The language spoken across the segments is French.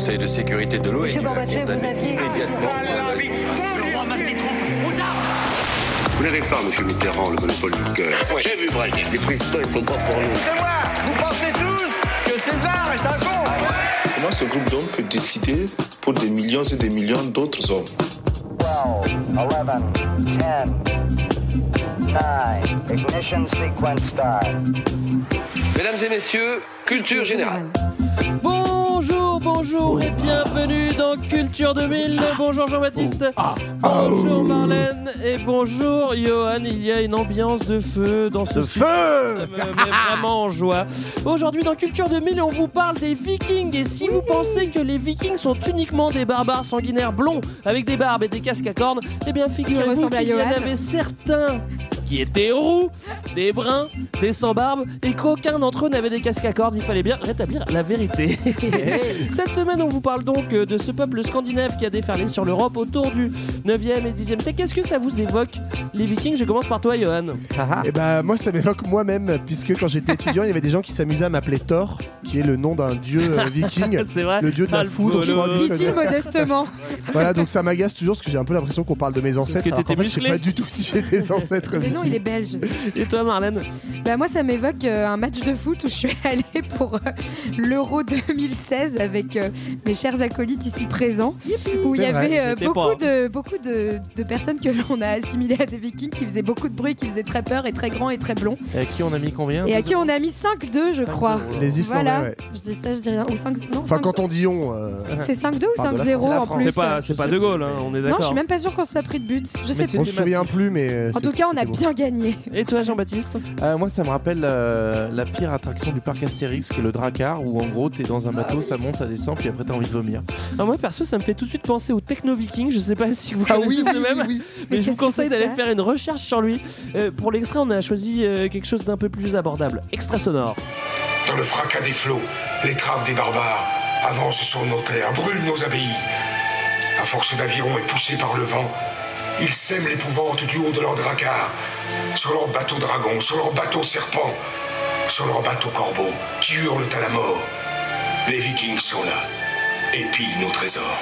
Conseil de sécurité de l'ONU a condamné immédiatement Le roi masse des troupes aux armes. Vous n'avez pas, M. Mitterrand, le monopole du cœur. Ouais, j'ai vu Brel. Les présidents, ils sont pas pour nous. C'est moi. Vous pensez tous que César est un con? Comment ce groupe d'hommes peut décider pour des millions et des millions d'autres hommes? 12, 11, 10, 9, ignition sequence start. Mesdames et messieurs, culture générale. Bonjour et bienvenue dans Culture 2000. Bonjour Jean-Baptiste. Bonjour Marlène et bonjour Johan. Il y a une ambiance de feu dans ce feu. Ça me met vraiment en joie. Aujourd'hui dans Culture 2000, on vous parle des Vikings. Et si vous pensez que les Vikings sont uniquement des barbares sanguinaires blonds avec des barbes et des casques à cornes, eh bien figurez-vous qu'il y en avait certains qui étaient roux, des bruns, des sans-barbe et qu'aucun d'entre eux n'avait des casques à cordes. Il fallait bien rétablir la vérité. Cette semaine, on vous parle donc de ce peuple scandinave qui a déferlé sur l'Europe autour du 9e et 10e siècle. Qu'est-ce que ça vous évoque, les Vikings? Je commence par toi, Johan. Eh ben, moi, ça m'évoque moi-même, puisque quand j'étais étudiant, il y avait des gens qui s'amusaient à m'appeler Thor, qui est le nom d'un dieu viking, C'est vrai. le dieu de la foudre. Dit-il modestement. Voilà, donc ça m'agace toujours, parce que j'ai un peu l'impression qu'on parle de mes ancêtres, que alors qu'en t'étais fait, je sais musclé. pas du tout si j'ai des ancêtres Mais vikings. non, il est belge. Et toi, Marlène? Bah moi, ça m'évoque un match de foot où je suis allée pour l'Euro 2016 avec mes chers acolytes ici présents, où il y C'est vrai, avait j'étais beaucoup de personnes que l'on a assimilées à des Vikings qui faisaient beaucoup de bruit, qui faisaient très peur et très grands et très blonds. Et à qui on a mis combien? Et à qui on a mis 5-2, je crois. Les Islandais, Voilà. ouais. Je dis ça, je dis rien. Ou 5... Non, Enfin, 5... quand on dit on... C'est 5-2 ou Parle de la 5-0 France. en plus. C'est pas De Gaulle, hein, on est Non, d'accord. je suis même pas sûre qu'on se soit pris de but. Je sais on pas. se souvient plus, mais... En tout cas, on a bien gagné. Et toi, Jean-Baptiste? Moi, ça me rappelle la pire attraction du parc Astérix, qui est le Drakkar, où en gros, t'es dans un bateau, ça monte, ça descend, puis après t'as envie de vomir. Alors moi, perso, ça me fait tout de suite penser au Techno-Viking. Je sais pas si vous Ah connaissez oui, ce même. oui. Mais je vous qu'est-ce que conseille c'est que d'aller ça faire une recherche sur lui. Pour l'extrait, on a choisi quelque chose d'un peu plus abordable. Extrait sonore. Dans le fracas des flots, l'étrave des barbares avance sur nos terres, brûle nos abbayes. À force d'aviron et poussés par le vent, ils sèment l'épouvante du haut de leur drakkar, sur leurs bateaux dragons, sur leurs bateaux serpents, sur leurs bateaux corbeaux, qui hurlent à la mort. Les Vikings sont là, et pillent nos trésors.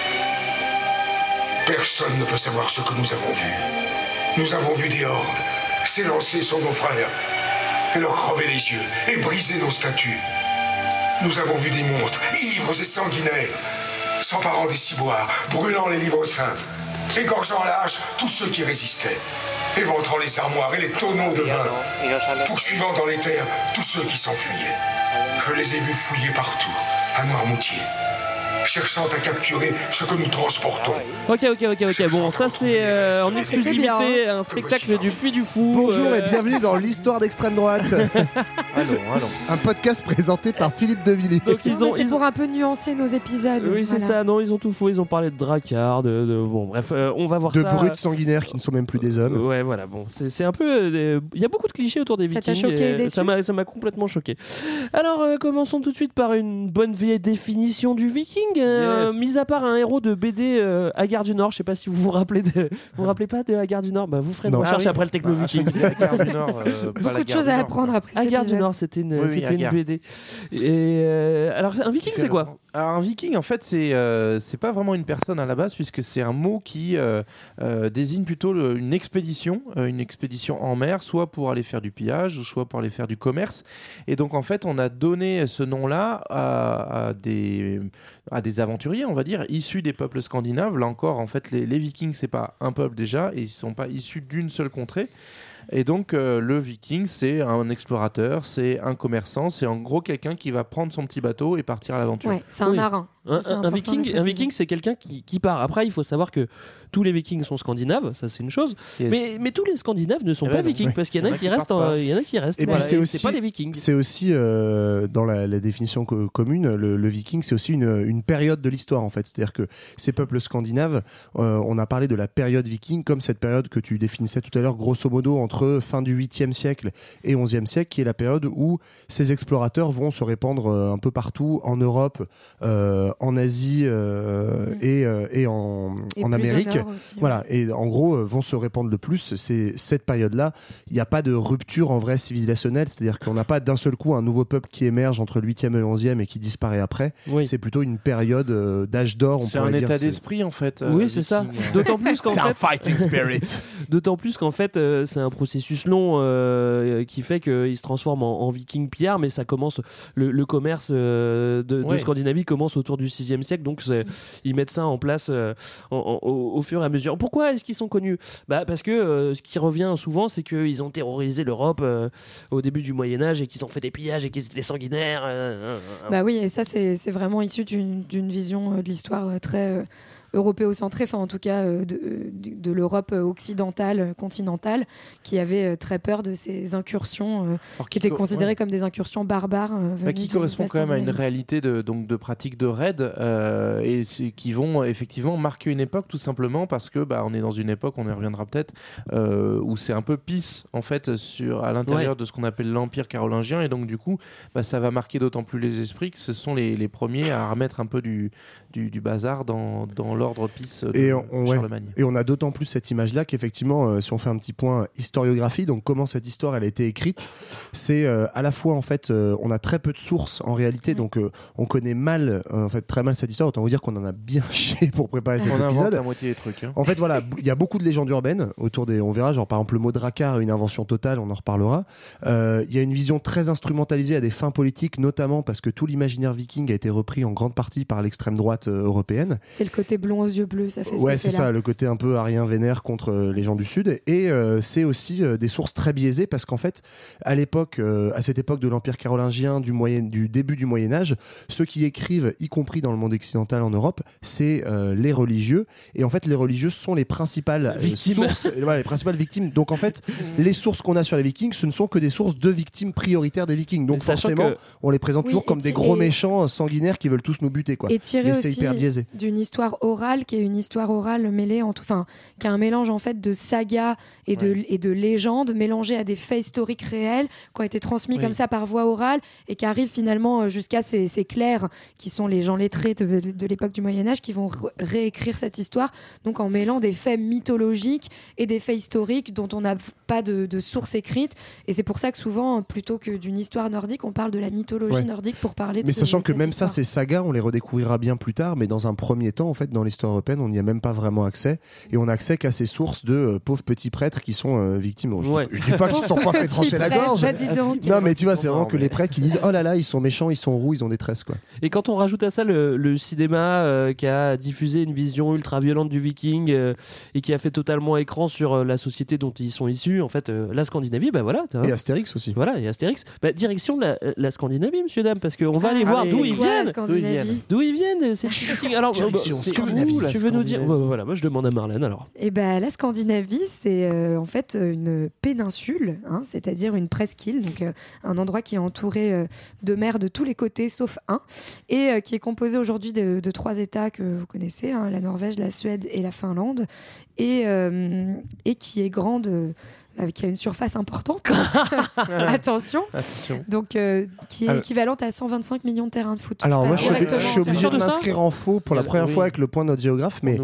Personne ne peut savoir ce que nous avons vu. Nous avons vu des hordes s'élancer sur nos frères, et leur crever les yeux, et briser nos statues. Nous avons vu des monstres, ivres et sanguinaires, s'emparant des ciboires, brûlant les livres saints, égorgeant à la hache tous ceux qui résistaient, éventrant les armoires et les tonneaux de vin, poursuivant dans les terres tous ceux qui s'enfuyaient. Je les ai vus fouiller partout, à Noirmoutier, cherchant à capturer ce que nous transportons. Ok. Bon, ça c'est en exclusivité un spectacle du Puy du Fou. Bonjour et bienvenue dans l'histoire d'extrême droite. Allons. Un podcast présenté par Philippe Devilliers. Donc C'est pour un peu nuancer nos épisodes. Oui, c'est Voilà. ça. Non, ils ont tout faux. Ils ont parlé de Drakkar, bon, bref, on va voir De ça. brutes sanguinaires qui ne sont même plus des hommes. Ouais, voilà. Bon, c'est un peu. Il y a beaucoup de clichés autour des Ça t'a Vikings. choqué et et déçu ça m'a complètement choqué. Alors, commençons tout de suite par une bonne vieille définition du Viking. Yes. Mis à part un héros de BD Hagar du Nord, je sais pas si vous vous rappelez vous rappelez pas de Hagar du Nord. Bah, vous ferez une Non. recherche Ah oui. après le Techno-Viking. La gare du Nord, pas la Beaucoup de gare choses du à Nord, apprendre après cet Hagar du épisode. Nord, c'était une Hagar. BD. Et alors, un Viking, c'est quoi? Alors un viking en fait c'est pas vraiment une personne à la base, puisque c'est un mot qui désigne plutôt une expédition en mer, soit pour aller faire du pillage, soit pour aller faire du commerce. Et donc en fait on a donné ce nom-là à des aventuriers, on va dire, issus des peuples scandinaves. Là encore en fait les Vikings c'est pas un peuple déjà, et ils sont pas issus d'une seule contrée. Et donc le viking c'est un explorateur, c'est un commerçant, c'est en gros quelqu'un qui va prendre son petit bateau et partir à l'aventure. Ouais, c'est un Oui. marin. Ça, c'est Un important de viking, préciser. c'est quelqu'un qui part. Après, il faut savoir que tous les vikings sont scandinaves, ça c'est une chose. Yes. Mais tous les scandinaves ne sont Eh pas ben non. vikings, Ouais. parce qu'il y en a qui restent. partent pas. Il y en a qui restent. Et puis c'est aussi- pas les vikings. C'est aussi, dans la définition commune, le viking, c'est aussi une période de l'histoire, en fait. C'est-à-dire que ces peuples scandinaves, on a parlé de la période viking comme cette période que tu définissais tout à l'heure, grosso modo, entre fin du 8e siècle et 11e siècle, qui est la période où ces explorateurs vont se répandre un peu partout, en Europe, en Asie et en Amérique. Aussi, voilà, et en gros vont se répandre le plus. C'est cette période-là. Il n'y a pas de rupture en vrai civilisationnelle, c'est-à-dire qu'on n'a pas d'un seul coup un nouveau peuple qui émerge entre le 8e et le 11e et qui disparaît après. Oui. C'est plutôt une période d'âge d'or. C'est un état d'esprit en fait. Oui, c'est ça. D'autant plus qu'en c'est fait, un fighting spirit. D'autant plus qu'en fait, c'est un processus long qui fait qu'il se transforme en viking pillard, mais ça commence, le commerce de Scandinavie commence autour du 6e siècle, donc ils mettent ça en place au fur et à mesure. Pourquoi est-ce qu'ils sont connus ? Parce que ce qui revient souvent, c'est qu'ils ont terrorisé l'Europe au début du Moyen-Âge et qu'ils ont fait des pillages et qu'ils étaient sanguinaires. Bah oui, et ça, c'est vraiment issu d'une vision de l'histoire très européocentrée, enfin en tout cas de l'Europe occidentale, continentale, qui avait très peur de ces incursions qui étaient considérées comme des incursions barbares. Qui correspondent quand même à une réalité de pratiques de raid et qui vont effectivement marquer une époque tout simplement parce que on est dans une époque, on y reviendra peut-être, où c'est un peu peace en fait à l'intérieur de ce qu'on appelle l'Empire carolingien, et donc du coup ça va marquer d'autant plus les esprits que ce sont les premiers à remettre un peu du bazar dans l'ordre peace de Charlemagne. Et on a d'autant plus cette image-là qu'effectivement, si on fait un petit point historiographie, donc comment cette histoire elle a été écrite, c'est à la fois en fait, on a très peu de sources en réalité, donc on connaît très mal cette histoire. Autant vous dire qu'on en a bien chié pour préparer cet épisode. On invente la moitié des trucs. En fait, voilà, il y a beaucoup de légendes urbaines autour on verra, genre par exemple le mot Drakkar, une invention totale, on en reparlera. Il y a une vision très instrumentalisée à des fins politiques, notamment parce que tout l'imaginaire viking a été repris en grande partie par l'extrême droite européenne. C'est le côté blond aux yeux bleus, ça fait ouais, c'est ça, le côté un peu arien vénère contre les gens du Sud. Et c'est aussi des sources très biaisées parce qu'en fait, à cette époque de l'Empire carolingien, du début du Moyen-Âge, ceux qui écrivent, y compris dans le monde occidental en Europe, c'est les religieux. Et en fait, les religieux sont les principales sources, les principales victimes. Donc en fait, les sources qu'on a sur les Vikings, ce ne sont que des sources de victimes prioritaires des Vikings. Donc forcément, on les présente toujours comme des gros méchants sanguinaires qui veulent tous nous buter, quoi. Et tiré mais aussi c'est hyper biaisé. D'une histoire orale qui est une histoire orale mêlée qui a un mélange en fait de saga et de légendes mélangées à des faits historiques réels qui ont été transmis comme ça par voie orale et qui arrivent finalement jusqu'à ces clercs qui sont les gens lettrés de l'époque du Moyen-Âge qui vont réécrire cette histoire, donc en mêlant des faits mythologiques et des faits historiques dont on n'a pas de source écrite, et c'est pour ça que souvent, plutôt que d'une histoire nordique, on parle de la mythologie nordique pour parler de sachant que même histoire. Ça, ces sagas, on les redécouvrira bien plus tard, mais dans un premier temps, en fait, dans l'histoire européenne, on n'y a même pas vraiment accès, et on n'a accès qu'à ces sources de pauvres petits prêtres qui sont victimes. Je dis pas qu'ils ne sont pas fait trancher la gorge. Non, mais tu vois, c'est vraiment que les prêtres qui disent oh là là, ils sont méchants, ils sont roux, ils ont des tresses, quoi. Et quand on rajoute à ça le cinéma qui a diffusé une vision ultra violente du viking et qui a fait totalement écran sur la société dont ils sont issus, en fait, la Scandinavie, voilà. Et Astérix aussi. Voilà, et Astérix. Direction de la Scandinavie, monsieur, dame, parce qu'on va aller voir d'où ils viennent. D'où ils viennent, ces vikings. Alors, Scandinavie. Tu veux nous dire voilà, moi je demande à Marlène alors. Et la Scandinavie, c'est en fait une péninsule, c'est-à-dire une presqu'île, donc un endroit qui est entouré de mers de tous les côtés sauf un, et qui est composé aujourd'hui de 3 États que vous connaissez, la Norvège, la Suède et la Finlande, et qui est grande. Qui a une surface importante. Attention. Donc, qui est équivalente à 125 millions de terrains de foot. Alors, moi, je suis obligé de m'inscrire en faux pour la première fois avec le point de notre géographe, mais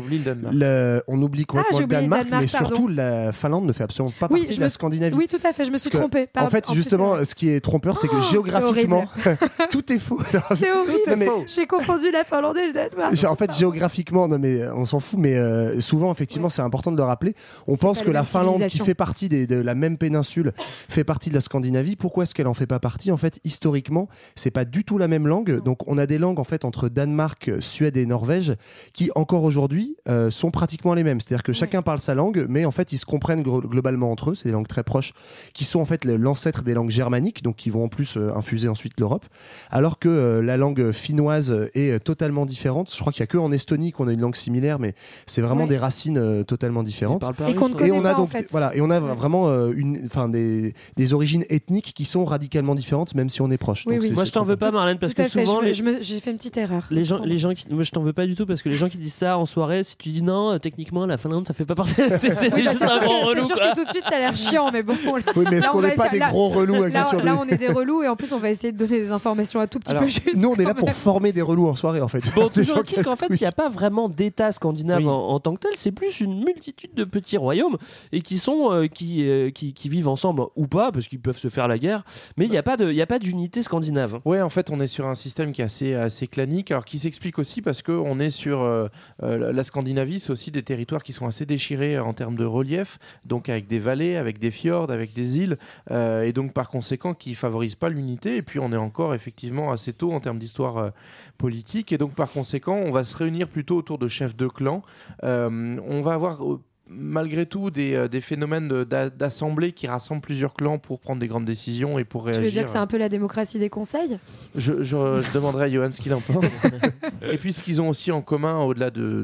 on oublie complètement le Danemark, mais surtout, la Finlande ne fait absolument pas partie de la Scandinavie. Oui, tout à fait, je me suis trompée. En fait, justement, ce qui est trompeur, c'est que géographiquement, tout est faux. C'est horrible. J'ai confondu la Finlande et le Danemark. En fait, géographiquement, non, mais on s'en fout, mais souvent, effectivement, c'est important de le rappeler. On pense que la Finlande, qui fait partie de la même péninsule, fait partie de la Scandinavie. Pourquoi est-ce qu'elle en fait pas partie ? En fait, historiquement, c'est pas du tout la même langue. Donc, on a des langues en fait entre Danemark, Suède et Norvège qui encore aujourd'hui sont pratiquement les mêmes. C'est-à-dire que chacun parle sa langue, mais en fait, ils se comprennent globalement entre eux. C'est des langues très proches qui sont en fait l'ancêtre des langues germaniques, donc qui vont en plus infuser ensuite l'Europe. Alors que la langue finnoise est totalement différente. Je crois qu'il y a que en Estonie qu'on a une langue similaire, mais c'est vraiment des racines totalement différentes. Et qu'on ne connaît pas, en fait. Voilà, et on a vraiment vraiment des origines ethniques qui sont radicalement différentes, même si on est proche. Oui, oui. Moi, je t'en veux pas, Marlène, parce que souvent j'ai fait une petite erreur. Les gens moi, je t'en veux pas du tout, parce que les gens qui disent ça en soirée, si tu dis non, techniquement, la Finlande, ça fait pas partie. T'es juste un grand relou. C'est sûr que tout de suite, t'as l'air chiant, mais bon. Oui, mais est-ce qu'on n'est pas des gros relous là, on est des relous, et en plus, on va essayer de donner des informations un tout petit peu justes. Nous, on est là pour former des relous en soirée, en fait. Bon, toujours est-il qu'en fait, il n'y a pas vraiment d'État scandinave en tant que tel, c'est plus une multitude de petits royaumes et qui sont qui vivent ensemble ou pas, parce qu'ils peuvent se faire la guerre, mais il n'y a pas d'unité scandinave. Ouais, en fait, on est sur un système qui est assez clanique, alors qui s'explique aussi parce qu'on est sur la Scandinavie, c'est aussi des territoires qui sont assez déchirés en termes de relief, donc avec des vallées, avec des fjords, avec des îles, et donc par conséquent qui favorisent pas l'unité. Et puis on est encore effectivement assez tôt en termes d'histoire politique, et donc par conséquent on va se réunir plutôt autour de chefs de clan. On va avoir malgré tout des phénomènes d'assemblée qui rassemblent plusieurs clans pour prendre des grandes décisions et pour réagir. Tu veux dire que c'est un peu la démocratie des conseils ? Je demanderai à Johan ce qu'il en pense. Et puis ce qu'ils ont aussi en commun, au-delà de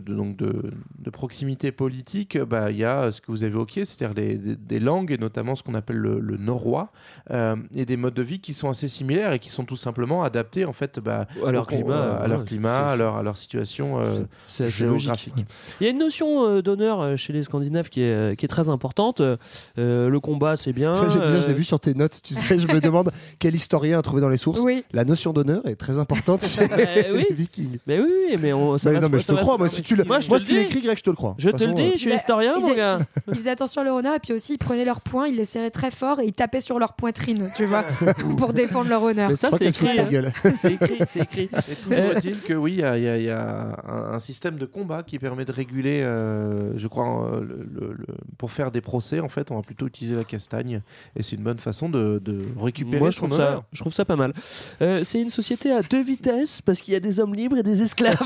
proximité politique, il y a ce que vous avez évoqué, c'est-à-dire des langues, et notamment ce qu'on appelle le norrois, et des modes de vie qui sont assez similaires et qui sont tout simplement adaptés en fait, à leur climat, à leur situation géographique. Il y a une notion d'honneur chez les Scandinaves qui est très importante. Le combat, c'est bien. Ça, j'aime bien, je l'ai vu sur tes notes, tu sais, je me demande quel historien a trouvé dans les sources. Oui. La notion d'honneur est très importante chez les Vikings. Mais oui, mais je te crois. Moi, si tu l'écris, Greg, je te le crois. Je te le dis, je suis historien, mon gars. Ils faisaient attention à leur honneur, et puis aussi, ils prenaient leurs poings, ils les serraient très fort et ils tapaient sur leur poitrine, tu vois, pour défendre leur honneur. Mais ça, c'est écrit. C'est écrit. Et toujours est-il que oui, il y a un système de combat qui permet de réguler, je crois, pour faire des procès, en fait, on va plutôt utiliser la castagne, et c'est une bonne façon de récupérer son honneur. Je trouve ça pas mal. C'est une société à deux vitesses, parce qu'il y a des hommes libres et des esclaves.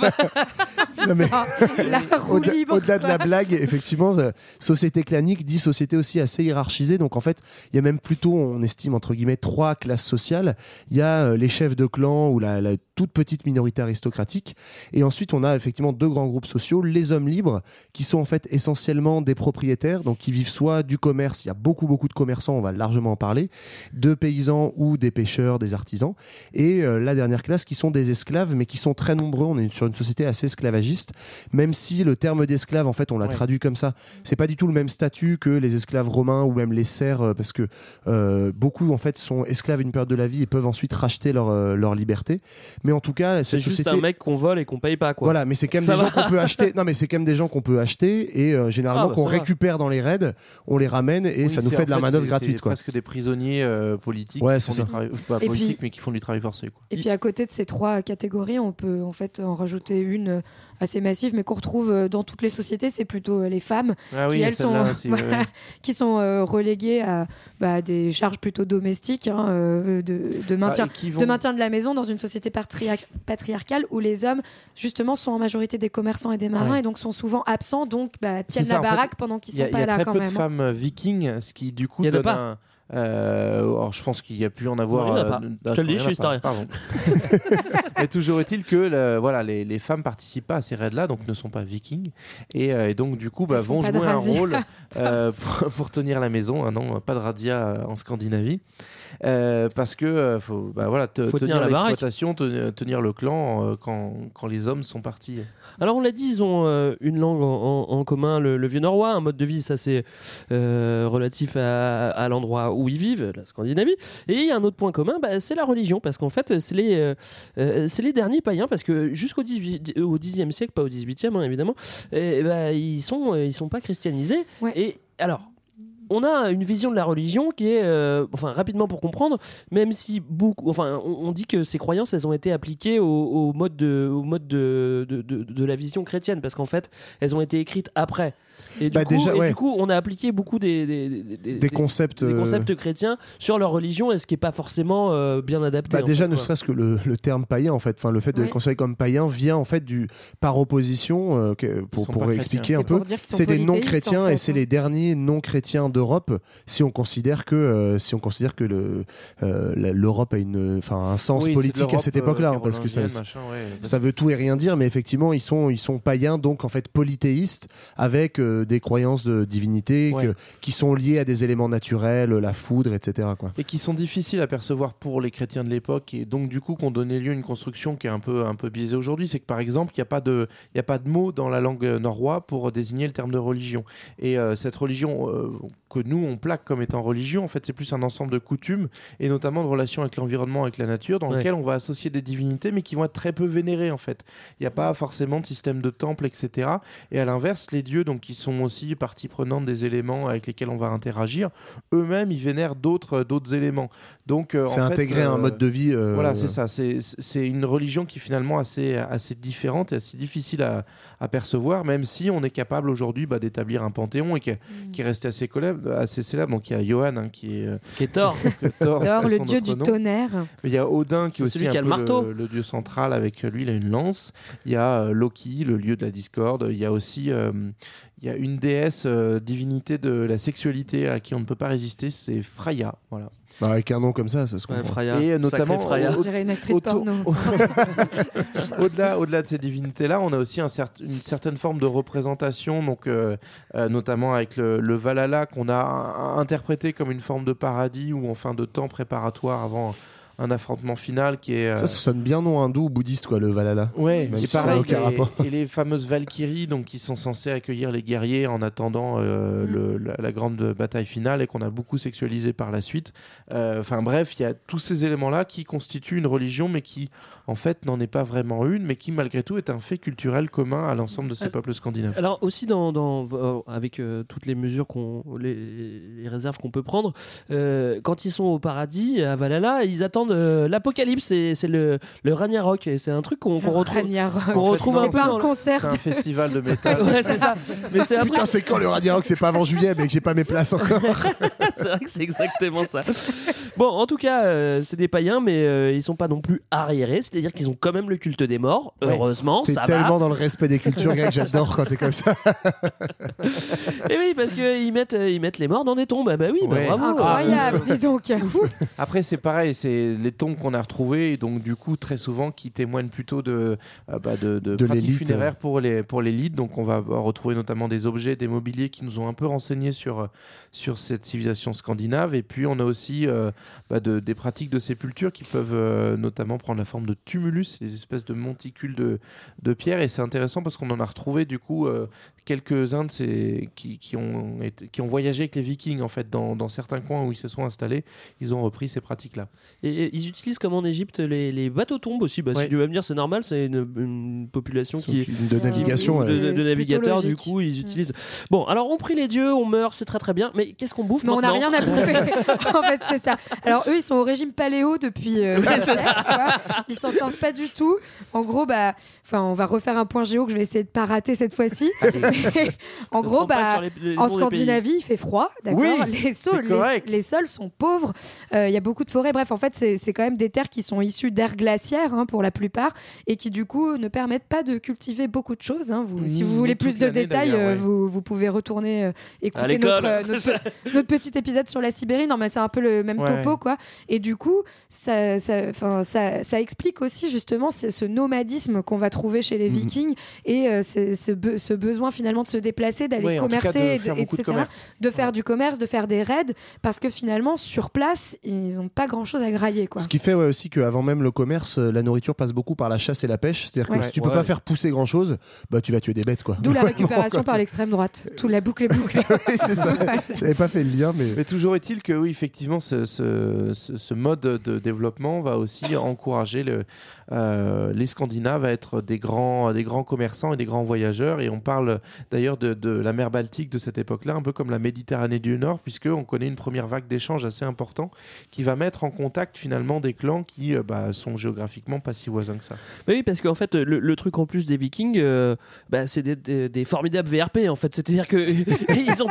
Non, mais au-delà de la blague, effectivement, société clanique dit société aussi assez hiérarchisée. Donc en fait, il y a même plutôt, on estime entre guillemets, 3 classes sociales. Il y a les chefs de clan ou la toute petite minorité aristocratique, et ensuite on a effectivement 2 grands groupes sociaux, les hommes libres, qui sont en fait essentiellement des propriétaires, donc qui vivent soit du commerce, il y a beaucoup de commerçants, on va largement en parler, de paysans ou des pêcheurs, des artisans, et la dernière classe qui sont des esclaves, mais qui sont très nombreux. On est sur une société assez esclavagiste, même si le terme d'esclave, en fait, on l'a traduit comme ça. C'est pas du tout le même statut que les esclaves romains ou même les serfs, parce que beaucoup en fait sont esclaves une période de la vie et peuvent ensuite racheter leur liberté. Mais en tout cas, c'est juste un mec qu'on vole et qu'on paye pas, quoi. Voilà, mais c'est quand même des gens qu'on peut acheter. Non, mais c'est quand même des gens qu'on peut acheter, et généralement qu'on récupère dans les raids, on les ramène, et ça nous fait de la manœuvre gratuite, c'est quoi. presque des prisonniers politiques, qui font du travail forcé, quoi. Et puis à côté de ces 3 catégories, on peut en fait en rajouter une assez massive, mais qu'on retrouve dans toutes les sociétés, c'est plutôt les femmes qui elles sont qui sont reléguées à des charges plutôt domestiques, de maintien de la maison dans une société patriarcale où les hommes justement sont en majorité des commerçants et des marins, et donc sont souvent absents, donc tiennent la baraque pendant qu'ils sont pas là quand même. Il y a très peu de femmes vikings, ce qui du coup donne un... alors je pense qu'il y a pu en avoir. Je te le dis, je suis historien. Mais toujours est-il que les femmes participent pas à ces raids-là, donc ne sont pas vikings, et donc du coup vont jouer un rôle pour tenir la maison. Non, pas de razzia en Scandinavie, parce que faut tenir l'exploitation, tenir le clan quand les hommes sont partis. Alors on l'a dit, ils ont une langue en commun, le vieux norrois, un mode de vie, ça c'est relatif à l'endroit où ils vivent, la Scandinavie. Et il y a un autre point commun, c'est la religion, parce qu'en fait c'est les derniers païens, parce que jusqu'au 10e siècle, pas au 18e évidemment, ils sont pas christianisés. Ouais. Et alors on a une vision de la religion qui est, rapidement pour comprendre, même si on dit que ces croyances, elles ont été appliquées au mode de la vision chrétienne, parce qu'en fait, elles ont été écrites après. Et du coup, on a appliqué beaucoup des concepts chrétiens sur leur religion, et ce qui n'est pas forcément bien adapté. Déjà, ne serait-ce que le terme païen, en fait, le fait de les considérer comme païens vient en fait par opposition, pour expliquer un peu. C'est des non-chrétiens, et c'est les derniers non-chrétiens d'Europe, si on considère que l'Europe a un sens politique à cette époque-là, parce que ça veut tout et rien dire, mais effectivement, ils sont païens, donc en fait polythéistes, avec des croyances de divinité qui sont liées à des éléments naturels, la foudre, etc. quoi. Et qui sont difficiles à percevoir pour les chrétiens de l'époque et donc du coup qui ont donné lieu à une construction qui est un peu biaisée aujourd'hui. C'est que par exemple, il n'y a pas de mot dans la langue norrois pour désigner le terme de religion. Et cette religion que nous on plaque comme étant religion, en fait c'est plus un ensemble de coutumes et notamment de relations avec l'environnement, avec la nature, dans lequel on va associer des divinités mais qui vont être très peu vénérées en fait. Il n'y a pas forcément de système de temple, etc. Et à l'inverse, les dieux, donc qui sont aussi partie prenante des éléments avec lesquels on va interagir, eux-mêmes ils vénèrent d'autres éléments. Donc c'est intégrer un mode de vie. Voilà, c'est ça. C'est une religion qui est finalement assez différente et assez difficile à percevoir, même si on est capable aujourd'hui d'établir un panthéon et qui est resté assez célèbre. Donc il y a Johan qui est Thor, le dieu du tonnerre. Mais il y a Odin qui est aussi un peu le dieu central, avec lui il a une lance. Il y a Loki, le lieu de la discorde. Il y a aussi il y a une déesse divinité de la sexualité à qui on ne peut pas résister, c'est Freya. Voilà. Avec un nom comme ça se comprend. Freya. Et notamment, on dirait une actrice porno. Au-delà de ces divinités-là, on a aussi une certaine forme de représentation, donc notamment avec le Valhalla qu'on a interprété comme une forme de paradis ou enfin de temps préparatoire avant un affrontement final qui est... Ça sonne bien non hindou ou bouddhiste, quoi, le Valhalla. Ouais, c'est pareil. Et les fameuses Valkyries, donc, qui sont censées accueillir les guerriers en attendant la grande bataille finale et qu'on a beaucoup sexualisé par la suite. Enfin bref, il y a tous ces éléments-là qui constituent une religion, mais qui, en fait, n'en est pas vraiment une, mais qui, malgré tout, est un fait culturel commun à l'ensemble de ces peuples scandinaves. Alors aussi, avec toutes les mesures, les réserves qu'on peut prendre, quand ils sont au paradis, à Valhalla, ils attendent l'apocalypse, c'est le Ragnarok, et c'est un truc qu'on retrouve un peu. C'est pas un concert. C'est un festival de métal. Ouais, c'est ça. Mais c'est un Putain, c'est quand le Ragnarok? C'est pas avant juillet, mais que j'ai pas mes places encore. C'est vrai que c'est exactement ça. Bon, en tout cas, c'est des païens, mais ils sont pas non plus arriérés, c'est-à-dire qu'ils ont quand même le culte des morts. Heureusement, ça va. T'es tellement dans le respect des cultures, gars, que j'adore quand t'es comme ça. Et oui, parce qu'ils mettent les morts dans des tombes. Bah oui, bravo. Incroyable, dis donc. Après, c'est pareil, c'est les tombes qu'on a retrouvées, et donc du coup très souvent qui témoignent plutôt de pratiques funéraires pour l'élite. Donc on va retrouver notamment des objets, des mobiliers qui nous ont un peu renseignés sur cette civilisation scandinave. Et puis on a aussi des pratiques de sépulture qui peuvent notamment prendre la forme de tumulus, des espèces de monticules de pierre. Et c'est intéressant parce qu'on en a retrouvé du coup quelques-uns de ces qui ont voyagé avec les Vikings en fait dans certains coins où ils se sont installés. Ils ont repris ces pratiques-là. Et ils utilisent comme en Égypte les bateaux-tombes aussi. Si tu vas me dire, c'est normal, c'est une population de navigation, de navigateurs. Du coup, ils utilisent. Bon, alors on prie les dieux, on meurt, c'est très très bien. Mais qu'est-ce qu'on bouffe maintenant ? On n'a rien à bouffer. En fait, c'est ça. Alors eux, ils sont au régime paléo depuis. Ils s'en sortent pas du tout. En gros, on va refaire un point géo que je vais essayer de pas rater cette fois-ci. En gros, en Scandinavie, il fait froid, d'accord. Oui, les sols sont pauvres. Il y a beaucoup de forêts. Bref, en fait, c'est quand même des terres qui sont issues d'aires glaciaires pour la plupart et qui du coup ne permettent pas de cultiver beaucoup de choses. Si vous voulez plus de détails, vous pouvez retourner écouter notre petit épisode sur la Sibérie. Non, mais c'est un peu le même topo, quoi. Et du coup, ça explique aussi justement ce nomadisme qu'on va trouver chez les Vikings et ce besoin finalement de se déplacer, d'aller commercer, etc. De faire du commerce, de faire des raids, parce que finalement sur place, ils n'ont pas grand-chose à grailler, quoi. Ce qui fait aussi qu'avant même le commerce, la nourriture passe beaucoup par la chasse et la pêche. C'est-à-dire que si tu peux pas faire pousser grand-chose, tu vas tuer des bêtes, quoi. D'où la récupération par l'extrême droite. Toute la boucle est bouclée. Oui, c'est ça. J'avais pas fait le lien, mais toujours est-il que oui, effectivement, ce mode de développement va aussi encourager les Scandinaves à être des grands commerçants et des grands voyageurs. Et on parle d'ailleurs de la mer Baltique de cette époque-là, un peu comme la Méditerranée du Nord, puisqu'on connaît une première vague d'échanges assez important qui va mettre en contact finalement des clans qui sont géographiquement pas si voisins que ça. Oui, parce qu'en fait, le truc en plus des Vikings, c'est des formidables VRP, en fait. C'est-à-dire que ils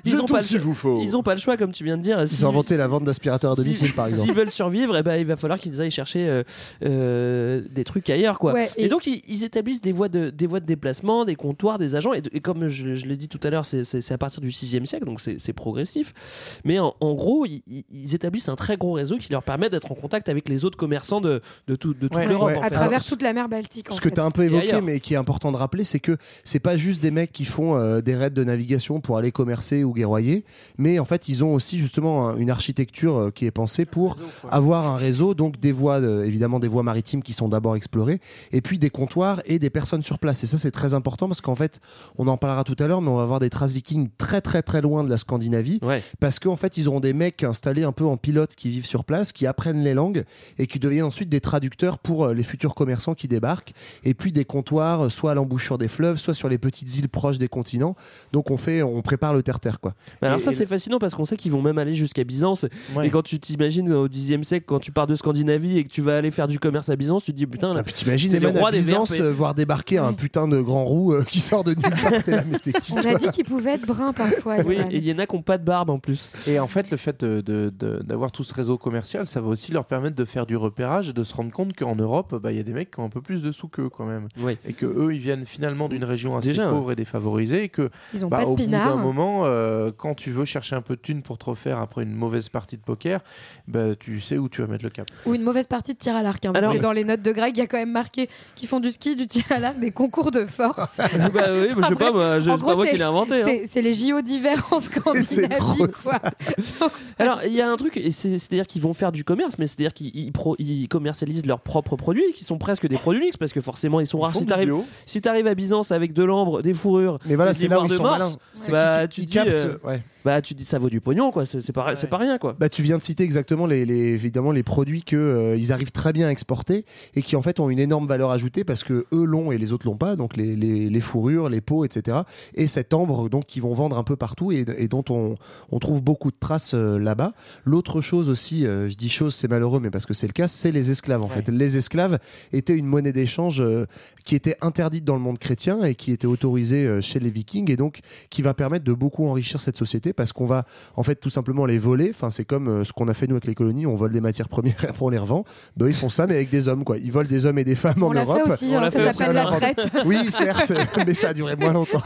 ont pas le choix, comme tu viens de dire. Ils ont inventé la vente d'aspirateurs à domicile, par exemple. S'ils veulent survivre, il va falloir qu'ils aillent chercher des trucs ailleurs, quoi. Ouais, et donc ils établissent des voies de déplacement, des comptoirs, des agents. Et comme je l'ai dit tout à l'heure, c'est à partir du 6e siècle, donc c'est progressif. Mais en gros, ils établissent un très gros réseau qui leur permet d'être en contact avec les autres commerçants de toute l'Europe. À travers toute la mer Baltique. Ce que tu as un peu évoqué, mais qui est important de rappeler, c'est que c'est pas juste des mecs qui font des raids de navigation pour aller commercer ou guerroyer, mais en fait, ils ont aussi justement une architecture qui est pensée pour avoir un réseau, donc des voies, évidemment des voies maritimes qui sont d'abord explorées, et puis des comptoirs et des personnes sur place. Et ça, c'est très important parce qu'en fait, on en parlera tout à l'heure, mais on va avoir des traces vikings très très très loin de la Scandinavie, parce qu'en fait, ils auront des mecs installés un peu en pilote qui vivent sur place, qui apprennent les langues et qui deviennent ensuite des traducteurs pour les futurs commerçants qui débarquent, et puis des comptoirs soit à l'embouchure des fleuves, soit sur les petites îles proches des continents. Donc on prépare le terre-terre, quoi. Mais alors c'est fascinant parce qu'on sait qu'ils vont même aller jusqu'à Byzance. Et quand tu t'imagines au Xe siècle, quand tu pars de Scandinavie et que tu vas aller faire du commerce à Byzance, tu te dis putain là, puis t'imagines les rois de Byzance voir débarquer un putain de grand roux qui sort de nulle part. Là, mais c'était qui, on a dit qu'il pouvait être brun parfois. Oui, et il y en a qui n'ont pas de barbe en plus. Et en fait, le fait d'avoir tout ce réseau commercial, ça va aussi leur permettre de faire du repérage et de se rendre compte qu'en Europe, il y a des mecs qui ont un peu plus de sous qu'eux quand même. Et que eux, ils viennent finalement d'une région assez pauvre et défavorisée, et que ils ont pas de au bout pinard. d'un moment, quand tu veux chercher un peu de thunes pour te refaire après une mauvaise partie de poker, tu sais où tu vas mettre le cap. Ou une mauvaise partie de tir à l'arc. Parce que dans les notes de Greg, il y a quand même marqué qu'ils font du ski, du tir à l'arc, des concours de force. Oui, je sais pas, c'est pas moi qui l'ai inventé. C'est les JO d'hiver en Scandinavie, quoi. Alors, il y a un truc, c'est-à-dire qu'ils vont faire du commerce, mais c'est-à-dire qu'ils commercialisent leurs propres produits, qui sont presque des produits luxe, parce que forcément, ils sont rares. Si t'arrives à Byzance avec de l'ambre, des fourrures, mais voilà, des ivoires de Mars, tu dis ça vaut du pognon, quoi. C'est pas rien, quoi. Tu viens de citer exactement évidemment les produits que ils arrivent très bien à exporter et qui en fait ont une énorme valeur ajoutée parce que eux l'ont et les autres l'ont pas, donc les fourrures, les peaux, etc. Et cette ambre donc qu'ils vont vendre un peu partout et dont on trouve beaucoup de traces là-bas. L'autre chose aussi, je dis chose, c'est malheureux, mais parce que c'est le cas, c'est les esclaves en fait. Les esclaves étaient une monnaie d'échange qui était interdite dans le monde chrétien et qui était autorisée chez les Vikings, et donc qui va permettre de beaucoup enrichir cette société parce qu'on va en fait tout simplement les voler. Enfin, c'est comme ce qu'on a fait nous avec les colonies, on vole des matières premières et après on les revend. Ils font ça mais avec des hommes, quoi. Ils volent des hommes et des femmes en Europe. On l'a fait aussi, ça s'appelle la traite. Oui, certes, mais ça a duré moins longtemps.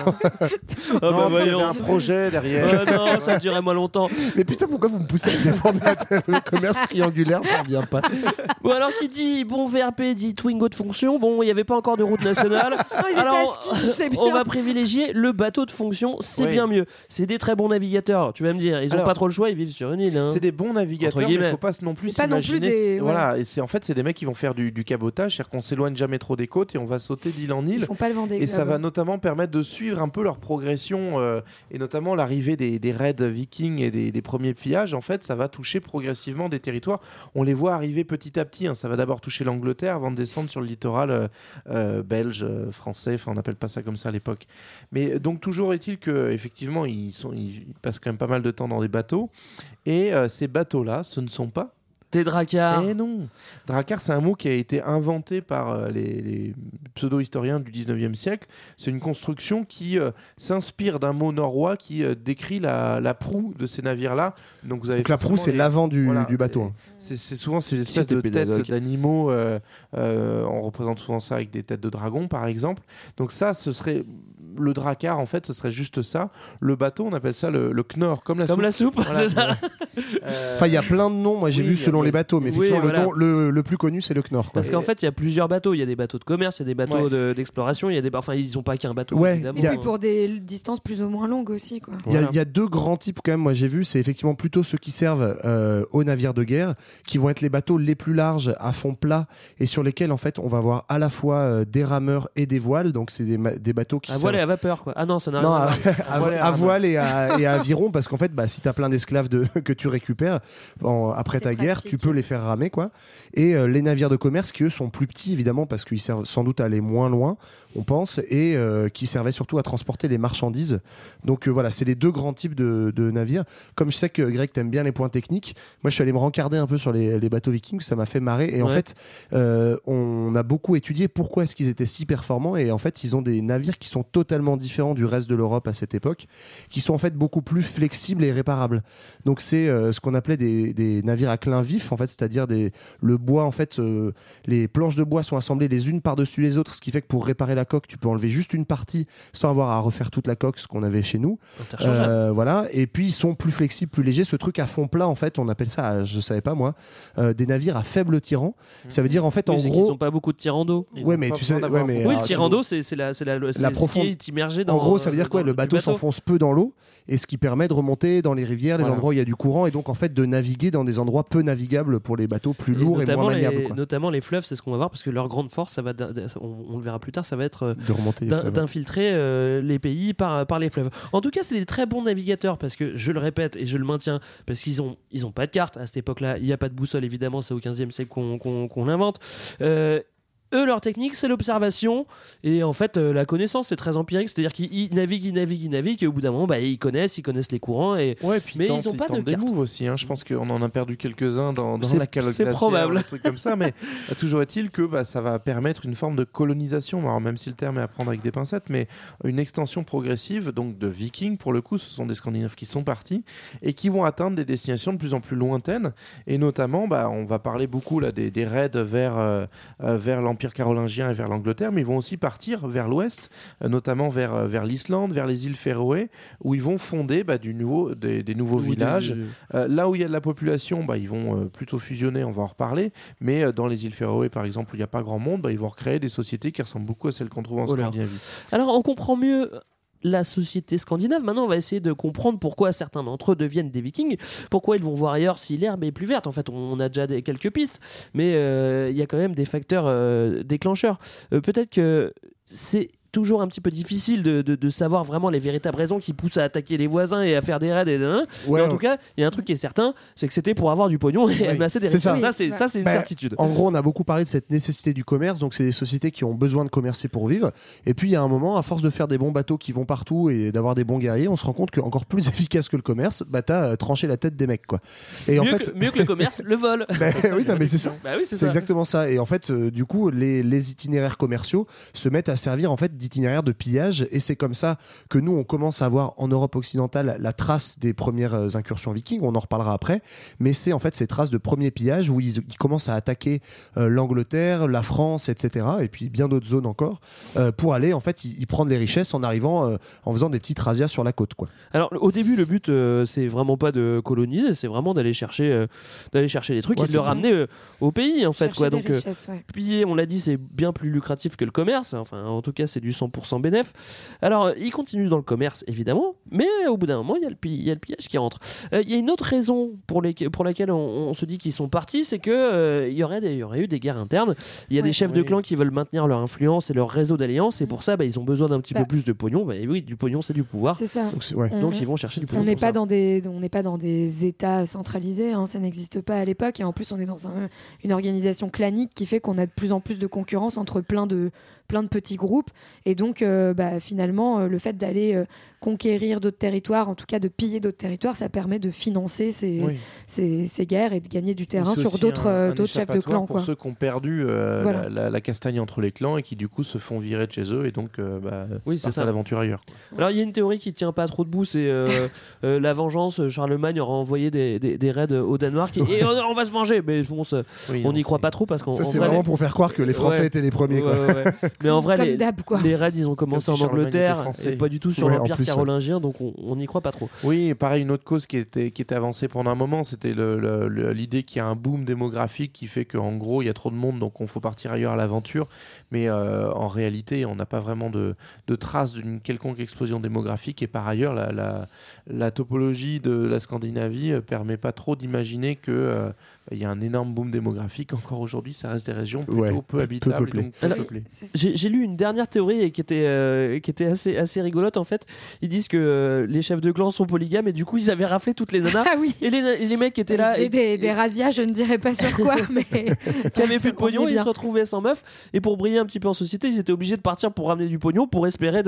Il y avait un projet derrière. Non, ça durait moins longtemps. Mais putain, pourquoi vous me poussez à me défendre le commerce triangulaire? Ça revient pas. Bon, alors qui dit bon VRP dit Twingo de fonction. Bon, il n'y avait pas encore de route nationale. Alors, on va privilégier le bateau de fonction, c'est bien mieux. C'est des très bons navigateurs, tu vas me dire. Ils n'ont pas trop le choix, ils vivent sur une île. C'est des bons navigateurs, mais il ne faut pas non plus s'imaginer. Voilà, et c'est des mecs qui vont faire du cabotage, c'est-à-dire qu'on s'éloigne jamais trop des côtes et on va sauter d'île en île. Ils font pas le Vendée Globe. Et ça va notamment permettre de suivre un peu leur progression et notamment l'arrivée des raids vikings et des premiers pillages. En fait, ça va toucher progressivement des territoires. On les voit arriver petit à petit. Ça va d'abord toucher l'Angleterre avant de descendre sur le littoral belge, français. Enfin, on n'appelle pas ça comme ça à l'époque. Mais donc toujours est-il que effectivement, ils passent quand même pas mal de temps dans des bateaux. Et ces bateaux-là, ce ne sont pas des dracars. Eh non. Dracar, c'est un mot qui a été inventé par les pseudo-historiens du 19e siècle. C'est une construction qui s'inspire d'un mot norrois qui décrit la proue de ces navires-là. Donc la proue, c'est l'avant du bateau. C'est souvent ces espèces de têtes d'animaux. On représente souvent ça avec des têtes de dragon, par exemple. Donc ça, ce serait... Le dracar, en fait, ce serait juste ça. Le bateau, on appelle ça le knorr, comme la soupe. Voilà, c'est ça. Enfin, il y a plein de noms. Moi, j'ai vu selon les bateaux, mais effectivement, le plus connu, c'est le knorr, quoi. Parce qu'en fait, il y a plusieurs bateaux. Il y a des bateaux de commerce, il y a des bateaux d'exploration. Il y a enfin, ils n'ont pas qu'un bateau. Et pour des distances plus ou moins longues aussi, quoi. Il y a deux grands types quand même. Moi, j'ai vu, c'est effectivement plutôt ceux qui servent aux navires de guerre, qui vont être les bateaux les plus larges à fond plat et sur lesquels en fait on va avoir à la fois des rameurs et des voiles. Donc c'est des bateaux qui servent à vapeur, quoi. Ah non, ça n'a rien à voile et à aviron, parce qu'en fait si t'as plein d'esclaves que tu récupères après ta guerre, tu peux les faire ramer, quoi. Et les navires de commerce qui eux sont plus petits évidemment parce qu'ils servent sans doute à aller moins loin, on pense, et qui servaient surtout à transporter les marchandises. Donc voilà, c'est les deux grands types de navires. Comme je sais que Greg t'aimes bien les points techniques, moi je suis allé me rencarder un peu sur les bateaux vikings, ça m'a fait marrer. Et en fait on a beaucoup étudié pourquoi est-ce qu'ils étaient si performants, et en fait ils ont des navires qui sont totalement totalement différents du reste de l'Europe à cette époque, qui sont en fait beaucoup plus flexibles et réparables. Donc c'est ce qu'on appelait des navires à clin vif, en fait, c'est-à-dire le bois, en fait, les planches de bois sont assemblées les unes par-dessus les autres, ce qui fait que pour réparer la coque, tu peux enlever juste une partie sans avoir à refaire toute la coque, ce qu'on avait chez nous. Voilà. Et puis ils sont plus flexibles, plus légers. Ce truc à fond plat, en fait, on appelle ça, je savais pas moi, des navires à faible tirant. Ça veut dire en fait, en gros, ils ont pas beaucoup de tirant d'eau. Ouais, mais tu sais, le tirant d'eau, c'est la profondeur immergée dans. En gros, ça veut dire quoi? Le bateau s'enfonce peu dans l'eau, et ce qui permet de remonter dans les rivières, les endroits où il y a du courant, et donc en fait de naviguer dans des endroits peu navigables pour les bateaux plus lourds et moins maniables. Notamment les fleuves, c'est ce qu'on va voir, parce que leur grande force, ça va, on le verra plus tard, ça va être d'infiltrer les pays par les fleuves. En tout cas, c'est des très bons navigateurs, parce que je le répète et je le maintiens, parce qu'ils ont pas de carte à cette époque-là. Il n'y a pas de boussole, évidemment, c'est au 15e siècle qu'on l'invente. Eux, leur technique, c'est l'observation et en fait la connaissance, c'est très empirique, c'est-à-dire qu'ils naviguent et au bout d'un moment, ils connaissent les courants mais ils n'ont pas de des carte. moves aussi. Je pense qu'on en a perdu quelques-uns dans la calotte c'est glaciaire, probable. un truc comme ça, mais toujours est-il que ça va permettre une forme de colonisation. Alors, même si le terme est à prendre avec des pincettes, mais une extension progressive donc de Vikings. Pour le coup, ce sont des Scandinaves qui sont partis et qui vont atteindre des destinations de plus en plus lointaines. Et notamment, on va parler beaucoup là des raids vers l'Empire carolingien et vers l'Angleterre, mais ils vont aussi partir vers l'ouest, notamment vers l'Islande, vers les îles Féroé, où ils vont fonder des nouveaux villages. Là où il y a de la population, ils vont plutôt fusionner, on va en reparler, mais dans les îles Féroé, par exemple, où il n'y a pas grand monde, ils vont recréer des sociétés qui ressemblent beaucoup à celles qu'on trouve en Scandinavie. Alors, on comprend mieux la société scandinave. Maintenant, on va essayer de comprendre pourquoi certains d'entre eux deviennent des Vikings, pourquoi ils vont voir ailleurs si l'herbe est plus verte. En fait, on a déjà quelques pistes, mais il y a quand même des facteurs déclencheurs. Peut-être que c'est toujours un petit peu difficile de savoir vraiment les véritables raisons qui poussent à attaquer les voisins et à faire des raids. Mais en tout cas, il y a un truc qui est certain, c'est que c'était pour avoir du pognon et amasser des richesses. Ça, c'est une certitude. En gros, on a beaucoup parlé de cette nécessité du commerce, donc c'est des sociétés qui ont besoin de commercer pour vivre. Et puis, il y a un moment, à force de faire des bons bateaux qui vont partout et d'avoir des bons guerriers, on se rend compte qu'encore plus efficace que le commerce, t'as tranché la tête des mecs, quoi. Et mieux que le commerce, le vol. Oui, non, mais c'est ça. C'est exactement ça. Et en fait, du coup, les itinéraires commerciaux se mettent à servir en fait d'itinéraires de pillage, et c'est comme ça que nous on commence à voir en Europe occidentale la trace des premières incursions vikings. On en reparlera après, mais c'est en fait ces traces de premiers pillages où ils commencent à attaquer l'Angleterre, la France, etc., et puis bien d'autres zones encore, pour aller en fait y prendre les richesses en arrivant en faisant des petites razzias sur la côte, quoi. Alors au début, le but c'est vraiment pas de coloniser, c'est vraiment d'aller chercher les trucs et de le ramener au pays, en fait, quoi. Donc piller, on l'a dit, c'est bien plus lucratif que le commerce, enfin en tout cas c'est du 100% bénéf. Alors ils continuent dans le commerce, évidemment, mais au bout d'un moment il y a le pillage qui rentre. Il y a une autre raison pour laquelle on se dit qu'ils sont partis, c'est que il y aurait eu des guerres internes. Il y a des chefs de clan qui veulent maintenir leur influence et leur réseau d'alliances, et pour ça ils ont besoin d'un petit peu plus de pognon. Oui, du pognon c'est du pouvoir. C'est ça. Donc ils vont chercher du pognon. On n'est pas dans des États centralisés, ça n'existe pas à l'époque, et en plus on est dans une organisation clanique qui fait qu'on a de plus en plus de concurrence entre plein de petits groupes, et donc finalement le fait d'aller conquérir d'autres territoires, en tout cas de piller d'autres territoires, ça permet de financer ces guerres et de gagner du terrain sur d'autres chefs de clan, pour ceux qui ont perdu la castagne entre les clans et qui du coup se font virer de chez eux, et donc c'est ça, l'aventure ailleurs, quoi. Alors il y a une théorie qui tient pas trop debout, c'est la vengeance. Charlemagne aura envoyé des raids au Danemark et on va se venger, mais bon, on n'y croit pas trop, parce qu'on ça c'est vraiment pour faire croire que les Français étaient les premiers, quoi. Mais en vrai les raids ils ont commencé en Angleterre et pas du tout sur l'Empire carolingien, donc on n'y croit pas trop. Oui, pareil, une autre cause qui était avancée pendant un moment, c'était l'idée qu'il y a un boom démographique qui fait qu'en gros il y a trop de monde, donc on faut partir ailleurs à l'aventure, mais en réalité on n'a pas vraiment de traces d'une quelconque explosion démographique, et par ailleurs la topologie de la Scandinavie permet pas trop d'imaginer que il y a un énorme boom démographique. Encore aujourd'hui, ça reste des régions plutôt peu habitables, peu peuplées. J'ai lu une dernière théorie et qui était assez rigolote, en fait. Ils disent que les chefs de clan sont polygames, et du coup ils avaient raflé toutes les nanas. Et les mecs étaient là et des razzias, je ne dirais pas sur quoi, mais qui avaient plus de pognon, ils se retrouvaient sans meuf, et pour briller un petit peu en société, ils étaient obligés de partir pour ramener du pognon, pour espérer